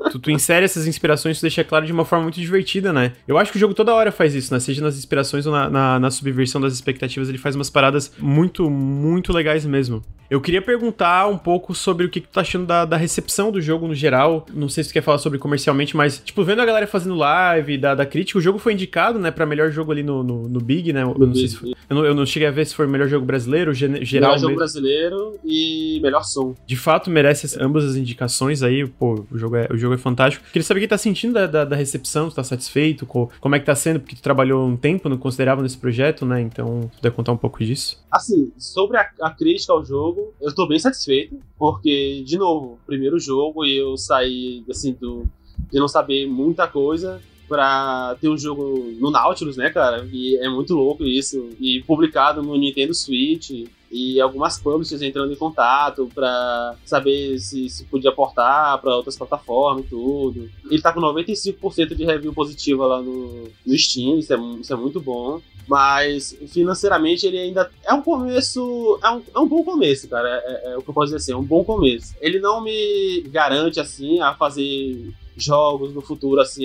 tu insere essas inspirações, tu deixa claro de uma forma muito divertida, né? Eu acho que o jogo toda hora faz isso, né? Seja nas inspirações ou na subversão das expectativas, ele faz umas paradas muito, muito legais mesmo. Eu queria perguntar um pouco sobre o que tu tá achando da recepção do jogo no geral. Não sei se tu quer falar sobre comercialmente, mas, tipo, vendo a galera fazendo live, da crítica, o jogo foi indicado, né, pra melhor jogo ali no Big, né? Eu não sei se foi, eu não cheguei a ver se foi o melhor jogo brasileiro, geral. Melhor jogo brasileiro e melhor som. De fato, merece ambas as indicações aí, pô, o jogo é fantástico. Queria saber o que tá sentindo da recepção, tu tá satisfeito, como é que tá sendo, porque tu trabalhou um tempo, não considerava nesse projeto, né, então, tu puder contar um pouco disso? Assim, sobre a crítica ao jogo, eu tô bem satisfeito, porque, de novo, primeiro jogo e eu saí, assim, de não saber muita coisa pra ter um jogo no Nautilus, né, cara, e é muito louco isso, e publicado no Nintendo Switch, e algumas publishers entrando em contato pra saber se podia portar pra outras plataformas e tudo. Ele tá com 95% de review positiva lá no Steam, isso é muito bom. Mas financeiramente ele ainda é um começo, é um bom começo, cara, é o que eu posso dizer assim, é um bom começo. Ele não me garante assim a fazer jogos no futuro, assim,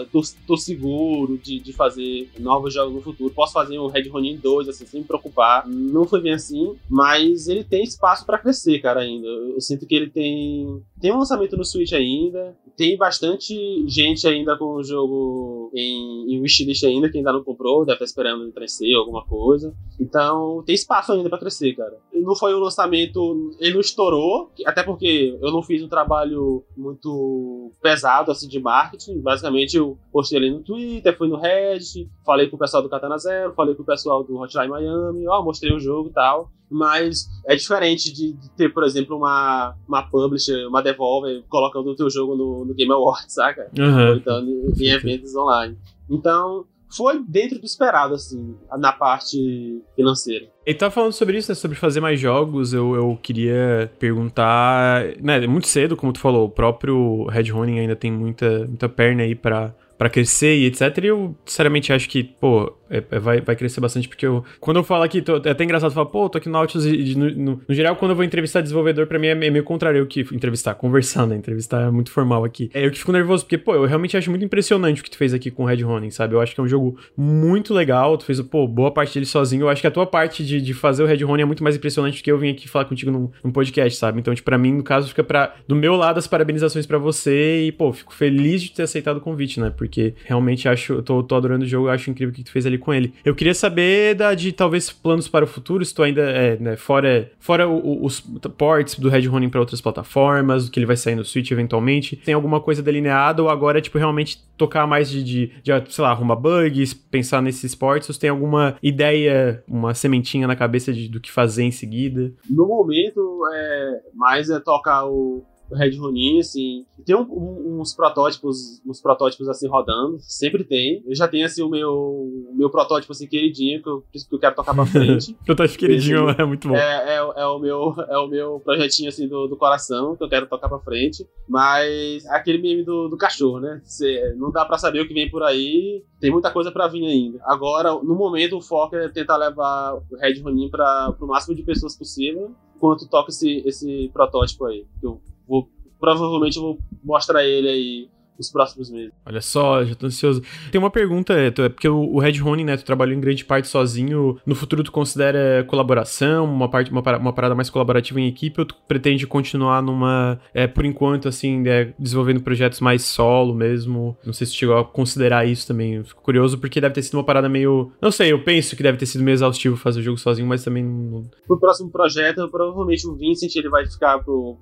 tô seguro de fazer novos jogos no futuro, posso fazer um Red Ronin 2, assim, sem me preocupar. Não foi bem assim, mas ele tem espaço pra crescer, cara, ainda. Eu sinto que ele tem um lançamento no Switch ainda, tem bastante gente ainda com o jogo em wishlist ainda, que ainda não comprou, deve estar esperando crescer alguma coisa. Então, tem espaço ainda pra crescer, cara. Não foi um lançamento, ele não estourou, até porque eu não fiz um trabalho muito pesado, assim, de marketing. Basicamente, eu postei ali no Twitter, fui no Reddit, falei com o pessoal do Katana Zero, falei com o pessoal do Hotline Miami, mostrei o jogo e tal. Mas é diferente de ter, por exemplo, uma publisher, uma developer, colocando o teu jogo no Game Awards, saca? Uhum. Ou então em eventos online. Então, foi dentro do esperado, assim, na parte financeira. E tava falando sobre isso, né, sobre fazer mais jogos, eu queria perguntar, né, é muito cedo, como tu falou, o próprio Red Ronin ainda tem muita perna aí pra crescer e etc, e eu sinceramente acho que, pô, vai crescer bastante, porque quando eu falo aqui, é até engraçado falar, pô, tô aqui no Nautilus e no geral, quando eu vou entrevistar desenvolvedor, pra mim é meio contrário, eu que conversar, né, entrevistar é muito formal aqui. Eu que fico nervoso, porque, pô, eu realmente acho muito impressionante o que tu fez aqui com o Red Ronin, sabe? Eu acho que é um jogo muito legal, tu fez, pô, boa parte dele sozinho, eu acho que a tua parte de fazer o Red Ronin é muito mais impressionante do que eu vim aqui falar contigo num podcast, sabe? Então, tipo, pra mim, no caso, fica do meu lado as parabenizações pra você e, pô, fico feliz de ter aceitado o convite, né? Porque realmente eu tô adorando o jogo, eu acho incrível o que tu fez ali com ele. Eu queria saber de talvez planos para o futuro, se tu ainda né, fora os ports do Red Ronin pra outras plataformas, que ele vai sair no Switch eventualmente, tem alguma coisa delineada ou agora é, tipo, realmente tocar mais de sei lá, arrumar bugs, pensar nesses ports, ou se tem alguma ideia, uma sementinha na cabeça do que fazer em seguida? No momento, mais tocar o Red Ronin, assim, tem uns protótipos assim rodando, sempre tem. Eu já tenho assim o meu protótipo assim queridinho que eu quero tocar pra frente. Protótipo queridinho é muito bom. É o meu projetinho assim do coração que eu quero tocar pra frente, mas é aquele meme do cachorro, né? Não dá pra saber o que vem por aí, tem muita coisa pra vir ainda. Agora, no momento, o foco é tentar levar o Red Ronin pro máximo de pessoas possível, enquanto toca esse protótipo aí. Provavelmente eu vou mostrar ele aí nos próximos meses. Olha só, já tô ansioso. Tem uma pergunta, porque o Red Ronin, né, tu trabalhou em grande parte sozinho. No futuro tu considera colaboração, uma parada mais colaborativa em equipe, ou tu pretende continuar por enquanto, assim, desenvolvendo projetos mais solo mesmo? Não sei se tu chegou a considerar isso também. Eu fico curioso, porque deve ter sido uma parada meio... Não sei, eu penso que deve ter sido meio exaustivo fazer o jogo sozinho, mas também não... Pro próximo projeto, provavelmente o Vincent, ele vai ficar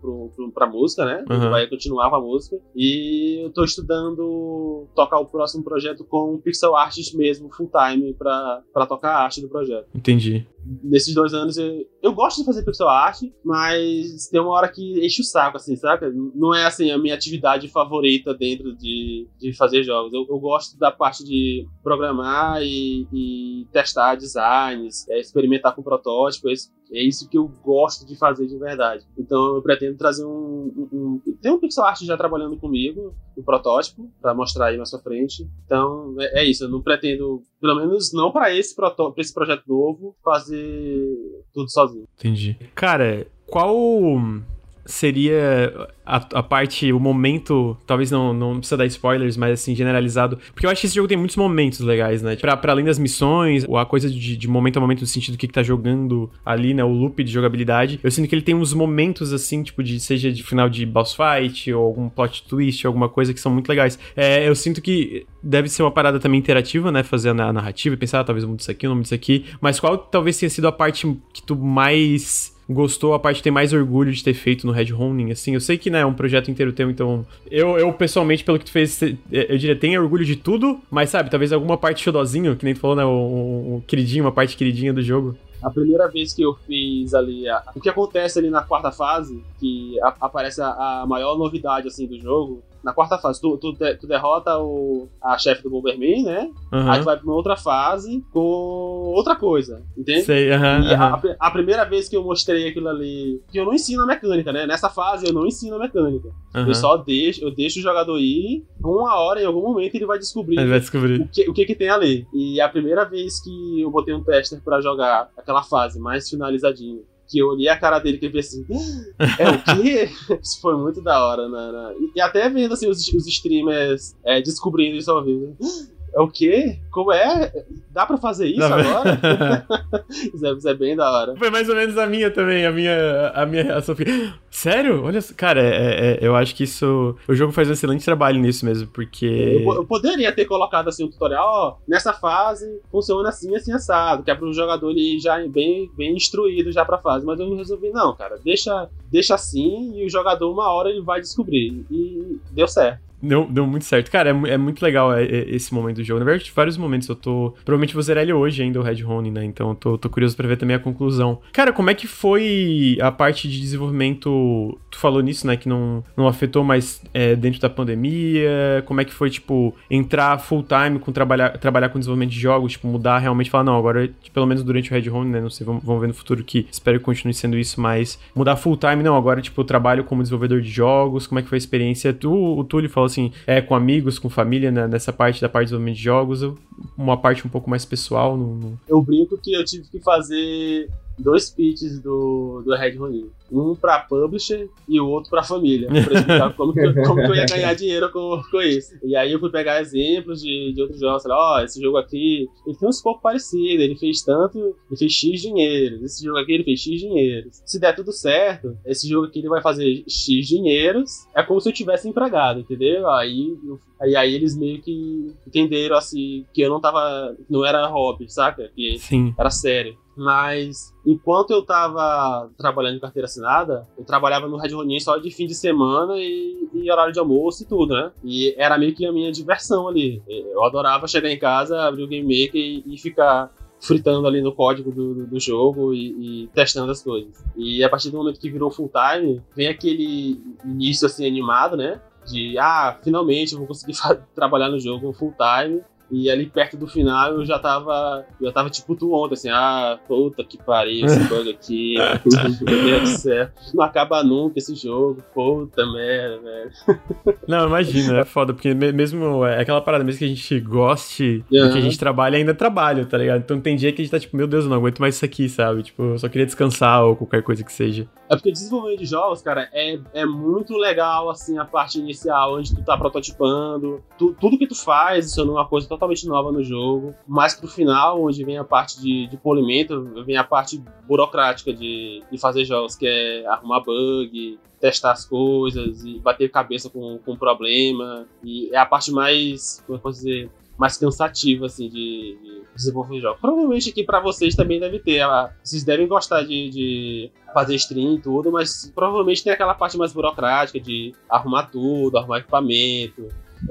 pra música, né? Ele vai continuar com a música. E eu tô estudando tocar o próximo projeto com pixel artist mesmo, full time, pra tocar a arte do projeto. Entendi. Nesses 2 anos, eu gosto de fazer pixel art, mas tem uma hora que enche o saco, assim, saca? Não é, assim, a minha atividade favorita dentro de fazer jogos. Eu gosto da parte de programar e testar designs, experimentar com protótipos. É isso que eu gosto de fazer de verdade. Então eu pretendo trazer tem um pixel art já trabalhando comigo no protótipo, pra mostrar aí mais pra frente. Então é isso, eu não pretendo, pelo menos não pra esse projeto novo, fazer tudo sozinho. Entendi. Cara, qual seria a parte, o momento, talvez não precisa dar spoilers, mas assim, generalizado, porque eu acho que esse jogo tem muitos momentos legais, né? Pra além das missões, ou a coisa de momento a momento no sentido do que tá jogando ali, né? O loop de jogabilidade, eu sinto que ele tem uns momentos assim, tipo, seja de final de boss fight, ou algum plot twist, alguma coisa que são muito legais. Eu sinto que deve ser uma parada também interativa, né? Fazer a narrativa e pensar, talvez eu mude isso aqui, eu não mude isso aqui, mas qual talvez tenha sido a parte que tu mais gostou, a parte que tem mais orgulho de ter feito no Red Ronin, assim? Eu sei que, né, é um projeto inteiro teu, então eu pessoalmente, pelo que tu fez, eu diria, tenho orgulho de tudo, mas sabe, talvez alguma parte xodozinho, que nem tu falou, né, um queridinho, uma parte queridinha do jogo. A primeira vez que eu fiz ali, o que acontece ali na quarta fase, que aparece a maior novidade, assim, do jogo. Na quarta fase, tu derrota a chefe do Bomberman, né? Uhum. Aí tu vai pra uma outra fase com outra coisa, entende? Sei, A primeira vez que eu mostrei aquilo ali, que eu não ensino a mecânica, né? Nessa fase eu não ensino a mecânica. Eu só deixo o jogador ir, uma hora, em algum momento ele vai descobrir, o que tem ali. E a primeira vez que eu botei um tester pra jogar aquela fase mais finalizadinha, que eu olhei a cara dele que ele fez assim, é o quê? Isso foi muito da hora, né? E até vendo assim, os streamers descobrindo isso ao vivo. É o quê? Como é? Dá pra fazer isso agora? Isso é bem da hora. Foi mais ou menos a minha também, a minha reação. Sério? Olha, cara, eu acho que isso... O jogo faz um excelente trabalho nisso mesmo, porque... Eu poderia ter colocado assim um tutorial, ó, nessa fase funciona assim, assim, assado, que é pro jogador ele já bem instruído já pra fase, mas eu resolvi, não, cara, deixa assim e o jogador uma hora ele vai descobrir. E deu certo. Deu muito certo. Cara, é muito legal esse momento do jogo. Na verdade, vários momentos eu tô... Provavelmente vou zerar ele hoje ainda, o Red Ronin, né? Então eu tô curioso pra ver também a conclusão. Cara, como é que foi a parte de desenvolvimento... Tu falou nisso, né? Que não afetou mais dentro da pandemia. Como é que foi, tipo, entrar full time com trabalhar com desenvolvimento de jogos? Tipo, mudar realmente, falar, não, agora, pelo menos durante o Red Ronin, né? Não sei, vamos ver no futuro que espero que continue sendo isso, mas mudar full time, não, agora, tipo, eu trabalho como desenvolvedor de jogos. Como é que foi a experiência? O Túlio falou assim, com amigos, com família, né, nessa parte da parte de desenvolvimento de jogos, uma parte um pouco mais pessoal. Eu brinco que eu tive que fazer 2 pitches do Red Ronin. Um pra publisher e o outro pra família. Pra explicar como que eu ia ganhar dinheiro com isso. E aí eu fui pegar exemplos de outros jogos. Falei, esse jogo aqui, ele tem um escopo parecido. Ele fez X dinheiros. Esse jogo aqui ele fez X dinheiros. Se der tudo certo, esse jogo aqui ele vai fazer X dinheiros. É como se eu tivesse empregado, entendeu? Aí eles meio que entenderam assim, que eu não era hobby, saca? Que Sim. Era sério. Mas, enquanto eu tava trabalhando em carteira assinada, eu trabalhava no Red Ronin só de fim de semana e horário de almoço e tudo, né? E era meio que a minha diversão ali. Eu adorava chegar em casa, abrir o Game Maker e ficar fritando ali no código do jogo e testando as coisas. E a partir do momento que virou full time, vem aquele início assim animado, né? De, finalmente eu vou conseguir trabalhar no jogo full time. E ali perto do final eu já tava tipo tu ontem, assim, puta que pariu, esse bug aqui, meu Deus do céu, não acaba nunca esse jogo, puta merda, velho. Não, imagina, é foda, porque mesmo é aquela parada, mesmo que a gente goste do que a gente trabalha, ainda trabalha, tá ligado? Então tem dia que a gente tá tipo, meu Deus, eu não aguento mais isso aqui, sabe? Tipo, eu só queria descansar ou qualquer coisa que seja. É porque desenvolvimento de jogos, cara, é muito legal, assim, a parte inicial, onde tu tá prototipando, tudo que tu faz, isso é uma coisa totalmente nova no jogo, mas pro final, onde vem a parte de polimento, vem a parte burocrática de fazer jogos, que é arrumar bug, testar as coisas e bater cabeça com problema, e é a parte mais, como eu posso dizer, mais cansativa, assim, de desenvolver jogos. Provavelmente aqui pra vocês também deve ter. Vocês devem gostar de fazer stream e tudo, mas provavelmente tem aquela parte mais burocrática de arrumar tudo, arrumar equipamento.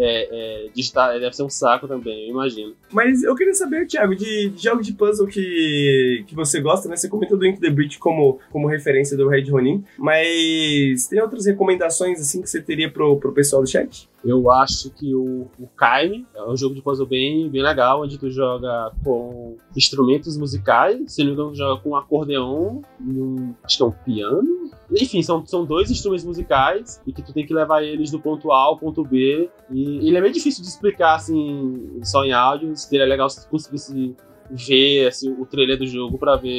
Digitar deve ser um saco também, eu imagino. Mas eu queria saber, Thiago, de jogos de puzzle que você gosta, né? Você comentou do Into the Breach como referência do Red Ronin, mas tem outras recomendações assim que você teria pro pessoal do chat? Eu acho que o Kaime é um jogo de puzzle bem legal, onde tu joga com instrumentos musicais, se não me engano, tu joga com um acordeon e acho que é um piano. Enfim, são 2 instrumentos musicais e que tu tem que levar eles do ponto A ao ponto B. E ele é meio difícil de explicar assim, só em áudio. Seria legal se tu conseguisse ver assim, o trailer do jogo pra ver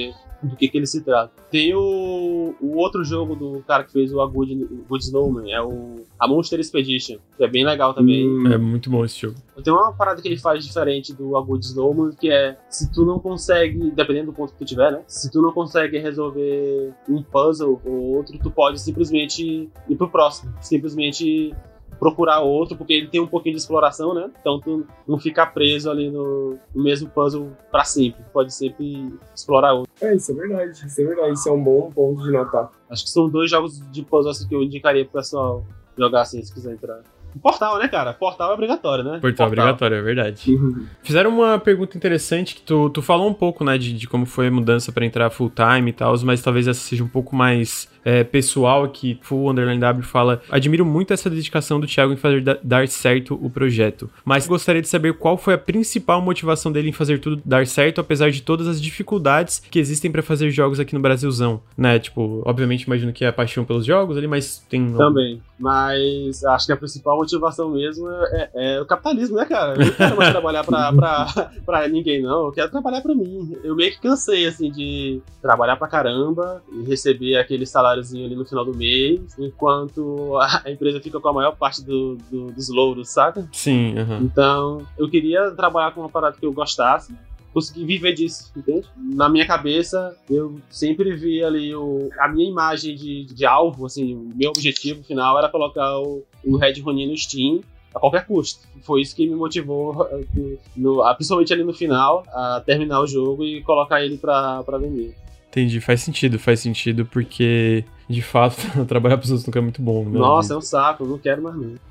do que ele se trata. Tem o outro jogo do cara que fez o A Good Snowman, é a Monster Expedition, que é bem legal também. É muito bom esse jogo. Tem uma parada que ele faz diferente do A Good Snowman, que é, se tu não consegue, dependendo do ponto que tu tiver, né? Se tu não consegue resolver um puzzle ou outro, tu pode simplesmente ir pro próximo. Simplesmente procurar outro, porque ele tem um pouquinho de exploração, né? Então tu não fica preso ali no mesmo puzzle pra sempre. Pode sempre explorar outro. Isso é verdade. Isso é um bom ponto de notar. Acho que são 2 jogos de puzzle assim, que eu indicaria pro pessoal jogar assim, se quiser entrar. Portal, né, cara? Portal é obrigatório, né? Portal é obrigatório, é verdade. Fizeram uma pergunta interessante que tu falou um pouco, né, de como foi a mudança pra entrar full time e tal, mas talvez essa seja um pouco mais pessoal, que Full_W fala: admiro muito essa dedicação do Thiago em fazer dar certo o projeto, mas gostaria de saber qual foi a principal motivação dele em fazer tudo dar certo, apesar de todas as dificuldades que existem pra fazer jogos aqui no Brasilzão, né? Tipo, obviamente imagino que é a paixão pelos jogos ali, mas tem... Também, mas acho que a principal motivação mesmo é o capitalismo, né, cara? Eu não quero mais trabalhar pra ninguém, não. Eu quero trabalhar pra mim. Eu meio que cansei, assim, de trabalhar pra caramba e receber aquele saláriozinho ali no final do mês, enquanto a empresa fica com a maior parte dos louros, saca? Sim, Então, eu queria trabalhar com uma parada que eu gostasse, conseguir viver disso, entende? Na minha cabeça, eu sempre vi ali a minha imagem de alvo, assim, o meu objetivo final era colocar o Red Ronin no Steam a qualquer custo. Foi isso que me motivou, principalmente ali no final, a terminar o jogo e colocar ele pra vender. Entendi, faz sentido, porque, de fato, trabalhar pros outros nunca é muito bom, né? Nossa, é um saco, eu não quero mais não.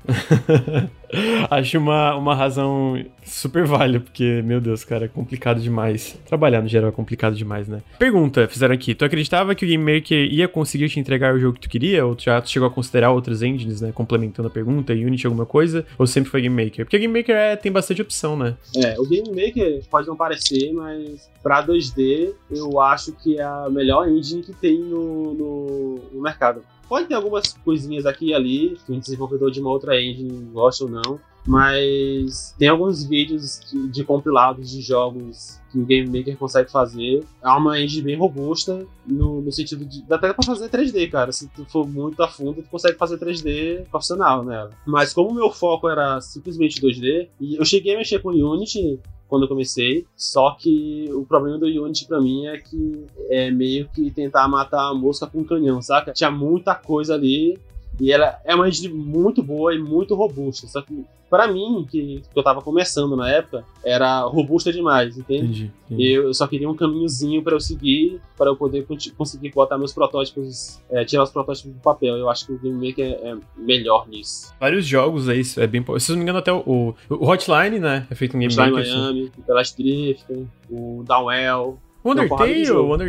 Acho uma razão super válida, porque, meu Deus, cara, é complicado demais. Trabalhar, no geral, é complicado demais, né? Pergunta, fizeram aqui: tu acreditava que o Game Maker ia conseguir te entregar o jogo que tu queria? Ou tu já chegou a considerar outras engines, né? Complementando a pergunta, Unity, alguma coisa? Ou sempre foi Game Maker? Porque o Game Maker tem bastante opção, né? O Game Maker pode não parecer, mas pra 2D, eu acho que é a melhor engine que tem no mercado. Pode ter algumas coisinhas aqui e ali, que um desenvolvedor de uma outra engine gosta ou não, mas tem alguns vídeos de compilados de jogos que o Game Maker consegue fazer. É uma engine bem robusta, no sentido de... dá até pra fazer 3D, cara. Se tu for muito a fundo, tu consegue fazer 3D profissional nela. Mas como o meu foco era simplesmente 2D, e eu cheguei a mexer com Unity quando eu comecei, só que o problema do Unity pra mim é que é meio que tentar matar a mosca com um canhão, saca? Tinha muita coisa ali, e ela é uma engine muito boa e muito robusta, só que pra mim, que eu tava começando na época, era robusta demais, entende? Entendi. Eu só queria um caminhozinho pra eu seguir, pra eu poder conseguir botar meus protótipos, tirar os protótipos do papel. Eu acho que o Game Maker é melhor nisso. Vários jogos aí, é bem... Se não me engano, até o Hotline, né? É feito em Game Maker. Hotline Miami, o The Last Drifter, o Downwell... O Undertale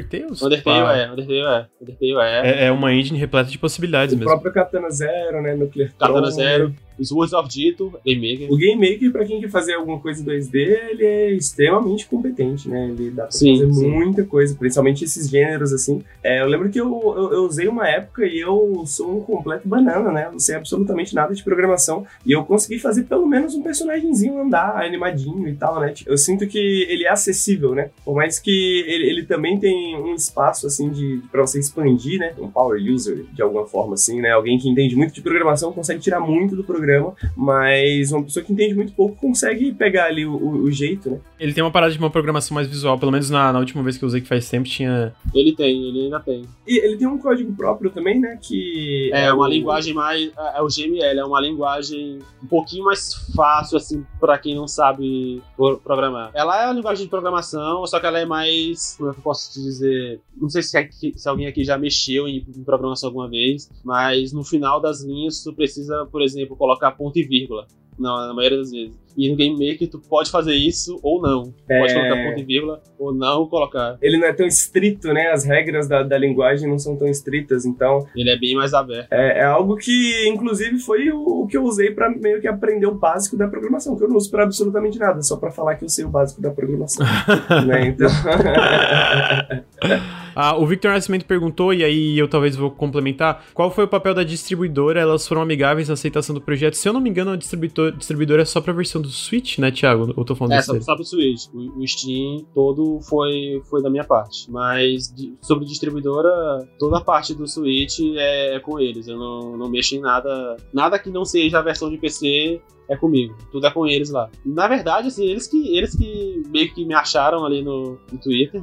é uma engine repleta de possibilidades mesmo. O próprio Katana Zero, né? Nuclear Katana Zero, os Words of Dito, Game Maker. O Game Maker, pra quem quer fazer alguma coisa em 2D, ele é extremamente competente, né? Ele dá pra fazer muita coisa, principalmente esses gêneros, assim. Eu lembro que eu usei uma época e eu sou um completo banana, né? Não sei absolutamente nada de programação. E eu consegui fazer pelo menos um personagemzinho andar animadinho e tal, né? Eu sinto que ele é acessível, né? Por mais que ele também tem um espaço, assim, pra você expandir, né? Um power user, de alguma forma, assim, né? Alguém que entende muito de programação consegue tirar muito do programa, mas uma pessoa que entende muito pouco consegue pegar ali o jeito, né? Ele tem uma parada de uma programação mais visual, pelo menos na última vez que eu usei, que faz tempo, tinha... Ele ainda tem. E ele tem um código próprio também, né? Que é uma linguagem mais... É o GML, é uma linguagem um pouquinho mais fácil, assim, pra quem não sabe programar. Ela é uma linguagem de programação, só que ela é mais... Como é que eu posso te dizer? Não sei se alguém aqui já mexeu em programação alguma vez, mas no final das linhas tu precisa, por exemplo, colocar ponto e vírgula. Não, na maioria das vezes. E no Game Maker tu pode fazer isso ou não. Pode colocar ponto e vírgula ou não colocar. Ele não é tão estrito, né? As regras da linguagem não são tão estritas, então... Ele é bem mais aberto. É algo que, inclusive, foi o que eu usei pra meio que aprender o básico da programação, que eu não uso pra absolutamente nada, só pra falar que eu sei o básico da programação. Né? Então... O Victor Nascimento perguntou, e aí eu talvez vou complementar, qual foi o papel da distribuidora? Elas foram amigáveis na aceitação do projeto? Se eu não me engano, a distribuidora é só pra versão do Switch, né, Thiago? Eu tô falando só pro Switch. O Steam todo foi da minha parte. Mas sobre distribuidora, toda a parte do Switch é com eles. Eu não mexo em nada. Nada que não seja a versão de PC é comigo. Tudo é com eles lá. Na verdade, assim, eles que meio que me acharam ali no Twitter.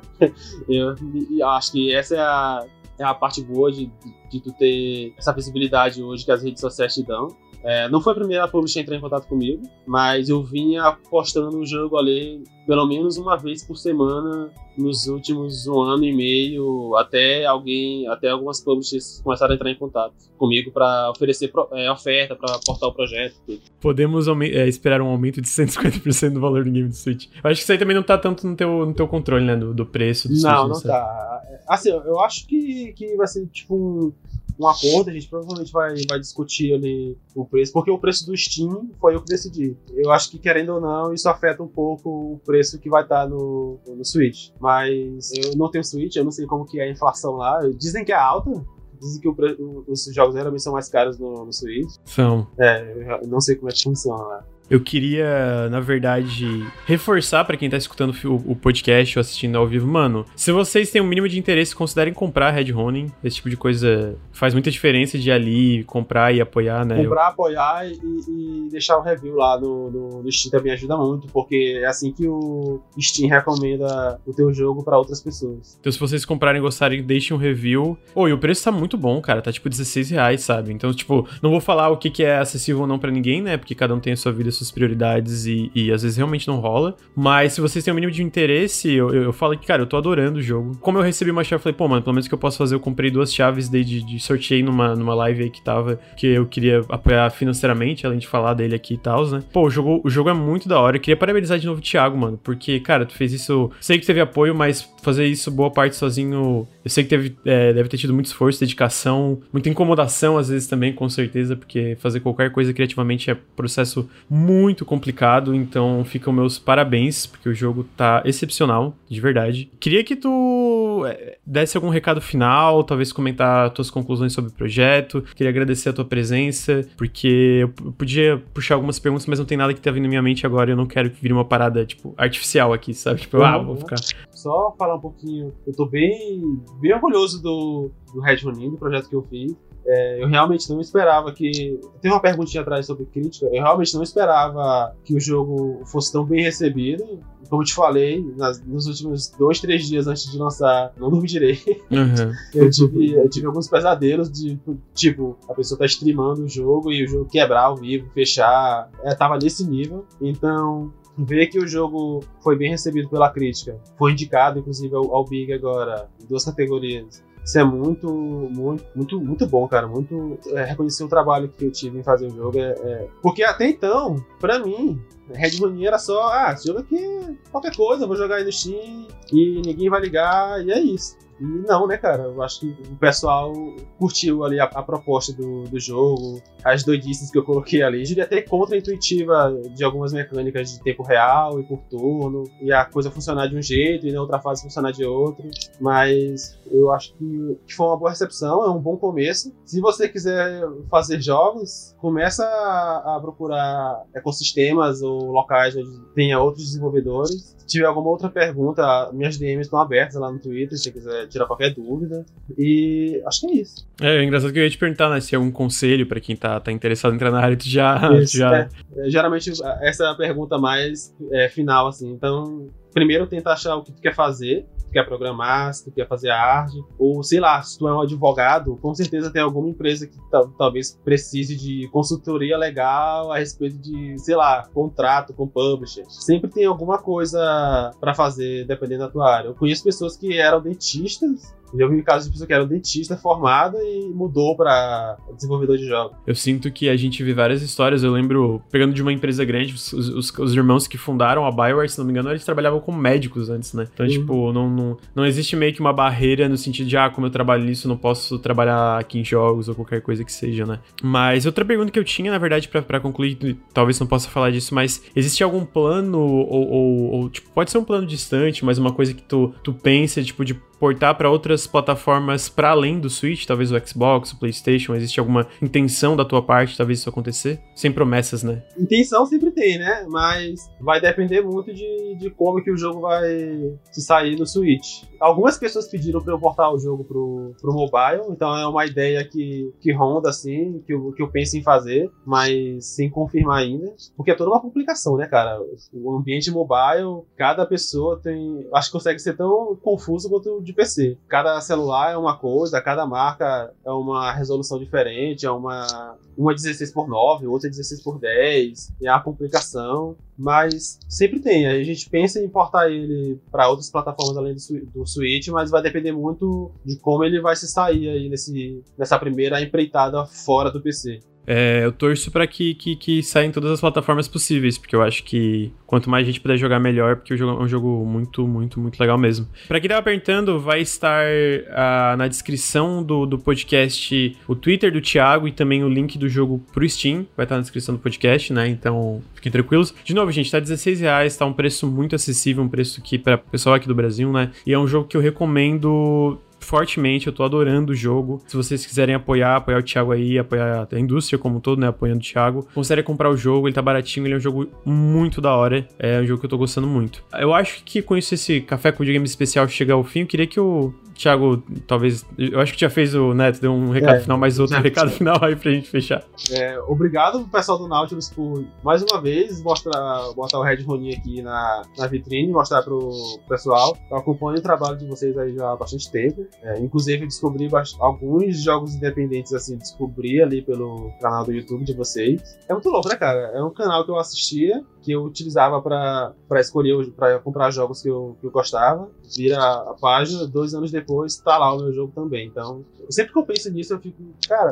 eu acho que essa é a parte boa de tu ter essa visibilidade hoje que as redes sociais te dão. Não foi a primeira publisher a entrar em contato comigo, mas eu vinha postando o jogo ali pelo menos uma vez por semana nos últimos 1 ano e meio, até algumas publishers começaram a entrar em contato comigo para oferecer oferta, para portar o projeto. Tudo. Podemos esperar um aumento de 150% do valor do game do Switch. Eu acho que isso aí também não tá tanto no teu controle, né, do preço do Switch. Não tá. Assim, eu acho que vai ser tipo um acordo, a gente provavelmente vai discutir ali o preço, porque o preço do Steam foi eu que decidi. Eu acho que, querendo ou não, isso afeta um pouco o preço que vai estar no Switch. Mas eu não tenho Switch, eu não sei como que é a inflação lá. Dizem que é alta, dizem que os jogos geralmente são mais caros no Switch. São. Eu não sei como é que funciona lá. Eu queria, na verdade, reforçar pra quem tá escutando o podcast ou assistindo ao vivo, mano, se vocês têm um mínimo de interesse, considerem comprar Red Ronin. Esse tipo de coisa faz muita diferença de ir ali, comprar e apoiar, né? Apoiar e deixar o review lá no Steam também ajuda muito, porque é assim que o Steam recomenda o teu jogo pra outras pessoas. Então se vocês comprarem e gostarem, deixem um review. E o preço tá muito bom, cara, tá tipo R$16, sabe? Então, tipo, não vou falar o que é acessível ou não pra ninguém, né? Porque cada um tem a sua vida, suas prioridades e às vezes realmente não rola. Mas se vocês têm um mínimo de interesse, eu falo que, cara, eu tô adorando o jogo. Como eu recebi uma chave, eu falei, pô, mano, pelo menos que eu posso fazer, eu comprei 2 chaves de sorteio numa live aí que eu queria apoiar financeiramente, além de falar dele aqui e tal, né? Pô, o jogo é muito da hora. Eu queria parabenizar de novo o Thiago, mano, porque, cara, tu fez isso, sei que teve apoio, mas fazer isso boa parte sozinho, eu sei que deve ter tido muito esforço, dedicação, muita incomodação às vezes também, com certeza, porque fazer qualquer coisa criativamente é processo muito complicado, então ficam meus parabéns, porque o jogo tá excepcional, de verdade. Queria que tu desse algum recado final, talvez comentar tuas conclusões sobre o projeto. Queria agradecer a tua presença, porque eu podia puxar algumas perguntas, mas não tem nada que tá vindo na minha mente agora, e eu não quero que vire uma parada, tipo, artificial aqui, sabe? Tipo, vou ficar... Só falar um pouquinho, eu tô bem orgulhoso do Red Ronin, do projeto que eu fiz. Eu realmente não esperava que... Tem uma perguntinha atrás sobre crítica. Eu realmente não esperava que o jogo fosse tão bem recebido. Como eu te falei, nos últimos 2-3 dias antes de lançar, não dormi direito. Uhum. Eu tive alguns pesadelos de, tipo, a pessoa tá streamando o jogo e o jogo quebrar ao vivo, fechar. Tava nesse nível. Então... ver que o jogo foi bem recebido pela crítica, foi indicado inclusive ao Big agora, em 2 categorias. Isso é muito, muito, muito, muito bom, cara. Muito reconhecer o trabalho que eu tive em fazer o jogo. Porque até então, pra mim, Red Ronin era só, esse jogo aqui é qualquer coisa, eu vou jogar aí no Steam e ninguém vai ligar, e é isso. E não, né, cara? Eu acho que o pessoal curtiu ali a proposta do jogo, as doidices que eu coloquei ali. Devia até contra-intuitiva de algumas mecânicas de tempo real e por turno, e a coisa funcionar de um jeito e na outra fase funcionar de outro. Mas eu acho que foi uma boa recepção, é um bom começo. Se você quiser fazer jogos, começa a procurar ecossistemas ou locais onde tenha outros desenvolvedores. Se tiver alguma outra pergunta, minhas DMs estão abertas lá no Twitter, se você quiser tirar qualquer dúvida. E acho que é isso. É engraçado que eu ia te perguntar, né, se é um conselho pra quem tá interessado em entrar na área, tu já... Geralmente essa é a pergunta mais final, assim. Então, primeiro tenta achar o que tu quer fazer. Se tu quer programar, se tu quer fazer arte, ou sei lá, se tu é um advogado, com certeza tem alguma empresa que talvez precise de consultoria legal a respeito de, sei lá, contrato com publisher. Sempre tem alguma coisa pra fazer, dependendo da tua área. Eu conheço pessoas que eram dentistas, já vi casos de pessoa que era dentista formada e mudou pra desenvolvedor de jogos. Eu sinto que a gente vê várias histórias. Eu lembro, pegando de uma empresa grande, os irmãos que fundaram a BioWare, se não me engano, eles trabalhavam como médicos antes, né? Então, tipo, não existe meio que uma barreira no sentido de, como eu trabalho nisso, eu não posso trabalhar aqui em jogos ou qualquer coisa que seja, né? Mas outra pergunta que eu tinha, na verdade, pra concluir, talvez não possa falar disso, mas existe algum plano ou tipo, pode ser um plano distante, mas uma coisa que tu pensa, tipo, de portar para outras plataformas para além do Switch, talvez o Xbox, o PlayStation? Existe alguma intenção da tua parte, talvez isso acontecer? Sem promessas, né? Intenção sempre tem, né? Mas vai depender muito de como que o jogo vai se sair no Switch. Algumas pessoas pediram para eu portar o jogo pro mobile, então é uma ideia que ronda, assim, que eu penso em fazer, mas sem confirmar ainda, porque é toda uma complicação, né, cara? O ambiente mobile, cada pessoa tem... Acho que consegue ser tão confuso quanto o de PC. Cada celular é uma coisa, cada marca é uma resolução diferente, é uma 16:9, outra 16:10, e é a complicação, mas sempre tem. A gente pensa em portar ele para outras plataformas além do Switch, mas vai depender muito de como ele vai se sair aí nessa primeira empreitada fora do PC. Eu torço pra que saia em todas as plataformas possíveis, porque eu acho que quanto mais a gente puder jogar, melhor, porque o jogo é um jogo muito, muito, muito legal mesmo. Pra quem tava perguntando, vai estar na descrição do podcast o Twitter do Thiago e também o link do jogo pro Steam, vai estar na descrição do podcast, né? Então, fiquem tranquilos. De novo, gente, tá R$16, tá um preço muito acessível, um preço que pra pessoal aqui do Brasil, né? E é um jogo que eu recomendo fortemente, eu tô adorando o jogo. Se vocês quiserem apoiar o Thiago aí, apoiar a indústria como um todo, né, apoiando o Thiago, considere comprar o jogo, ele tá baratinho, ele é um jogo muito da hora, é um jogo que eu tô gostando muito. Eu acho que com isso esse Café com Videogame especial chega ao fim, eu queria que o Thiago, talvez, eu acho que já fez o Neto, deu um recado final, mas outro recado final aí pra gente fechar. Obrigado pro pessoal do Nautilus por, mais uma vez, botar o Red Ronin aqui na vitrine, mostrar pro pessoal. Eu acompanho o trabalho de vocês aí já há bastante tempo. Inclusive, eu descobri alguns jogos independentes, assim, descobri ali pelo canal do YouTube de vocês. É muito louco, né, cara? É um canal que eu assistia, que eu utilizava pra escolher, pra comprar jogos que eu gostava. Vira a página, 2 anos depois, tá lá o meu jogo também. Então, sempre que eu penso nisso, eu fico, cara,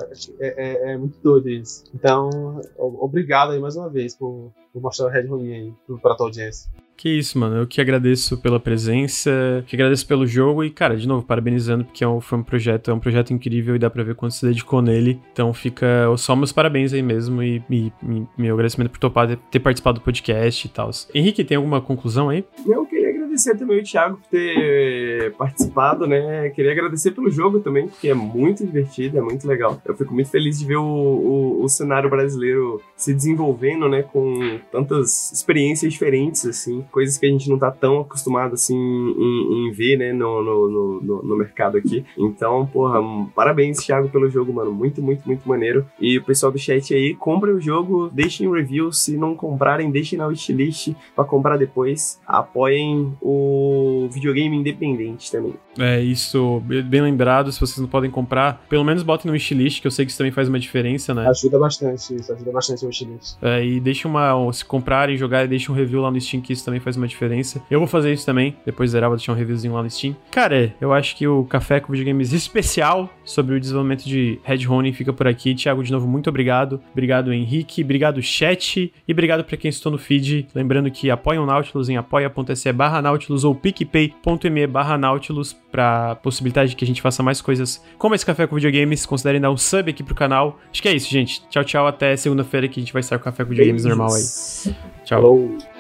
é muito doido isso. Então, obrigado aí mais uma vez por mostrar o Red Ronin aí pra tua audiência. Que isso, mano. Eu que agradeço pela presença, que agradeço pelo jogo e, cara, de novo, parabenizando, porque foi um projeto incrível e dá pra ver quanto se dedicou nele. Então fica só meus parabéns aí mesmo e meu agradecimento por topar ter participado do podcast e tal. Henrique, tem alguma conclusão aí? Eu queria agradecer também o Thiago por ter participado, né? Queria agradecer pelo jogo também, porque é muito divertido, é muito legal. Eu fico muito feliz de ver o cenário brasileiro se desenvolvendo, né? Com tantas experiências diferentes, assim. Coisas que a gente não tá tão acostumado, assim, em ver, né? No mercado aqui. Então, porra, parabéns, Thiago, pelo jogo, mano. Muito, muito, muito maneiro. E o pessoal do chat aí, comprem o jogo, deixem um review. Se não comprarem, deixem na wishlist pra comprar depois. Apoiem o videogame independente também. É, isso, bem lembrado, se vocês não podem comprar, pelo menos botem no wishlist, que eu sei que isso também faz uma diferença, né? Ajuda bastante o wishlist. E deixem se comprarem, jogarem, deixem um review lá no Steam, que isso também faz uma diferença. Eu vou fazer isso também, depois zerar, vou deixar um reviewzinho lá no Steam. Cara, eu acho que o Café com Videogames especial sobre o desenvolvimento de Red Ronin fica por aqui. Thiago, de novo, muito obrigado. Obrigado, Henrique, obrigado, chat, e obrigado pra quem estou no feed. Lembrando que apoiem o Nautilus em apoia.se/Nautilus ou picpay.me/Nautilus pra possibilidade de que a gente faça mais coisas como esse Café com Videogames. Considerem dar um sub aqui pro canal. Acho que é isso, gente. Tchau, tchau. Até segunda-feira que a gente vai estar com o Café com Videogames normal aí. Tchau. Hello.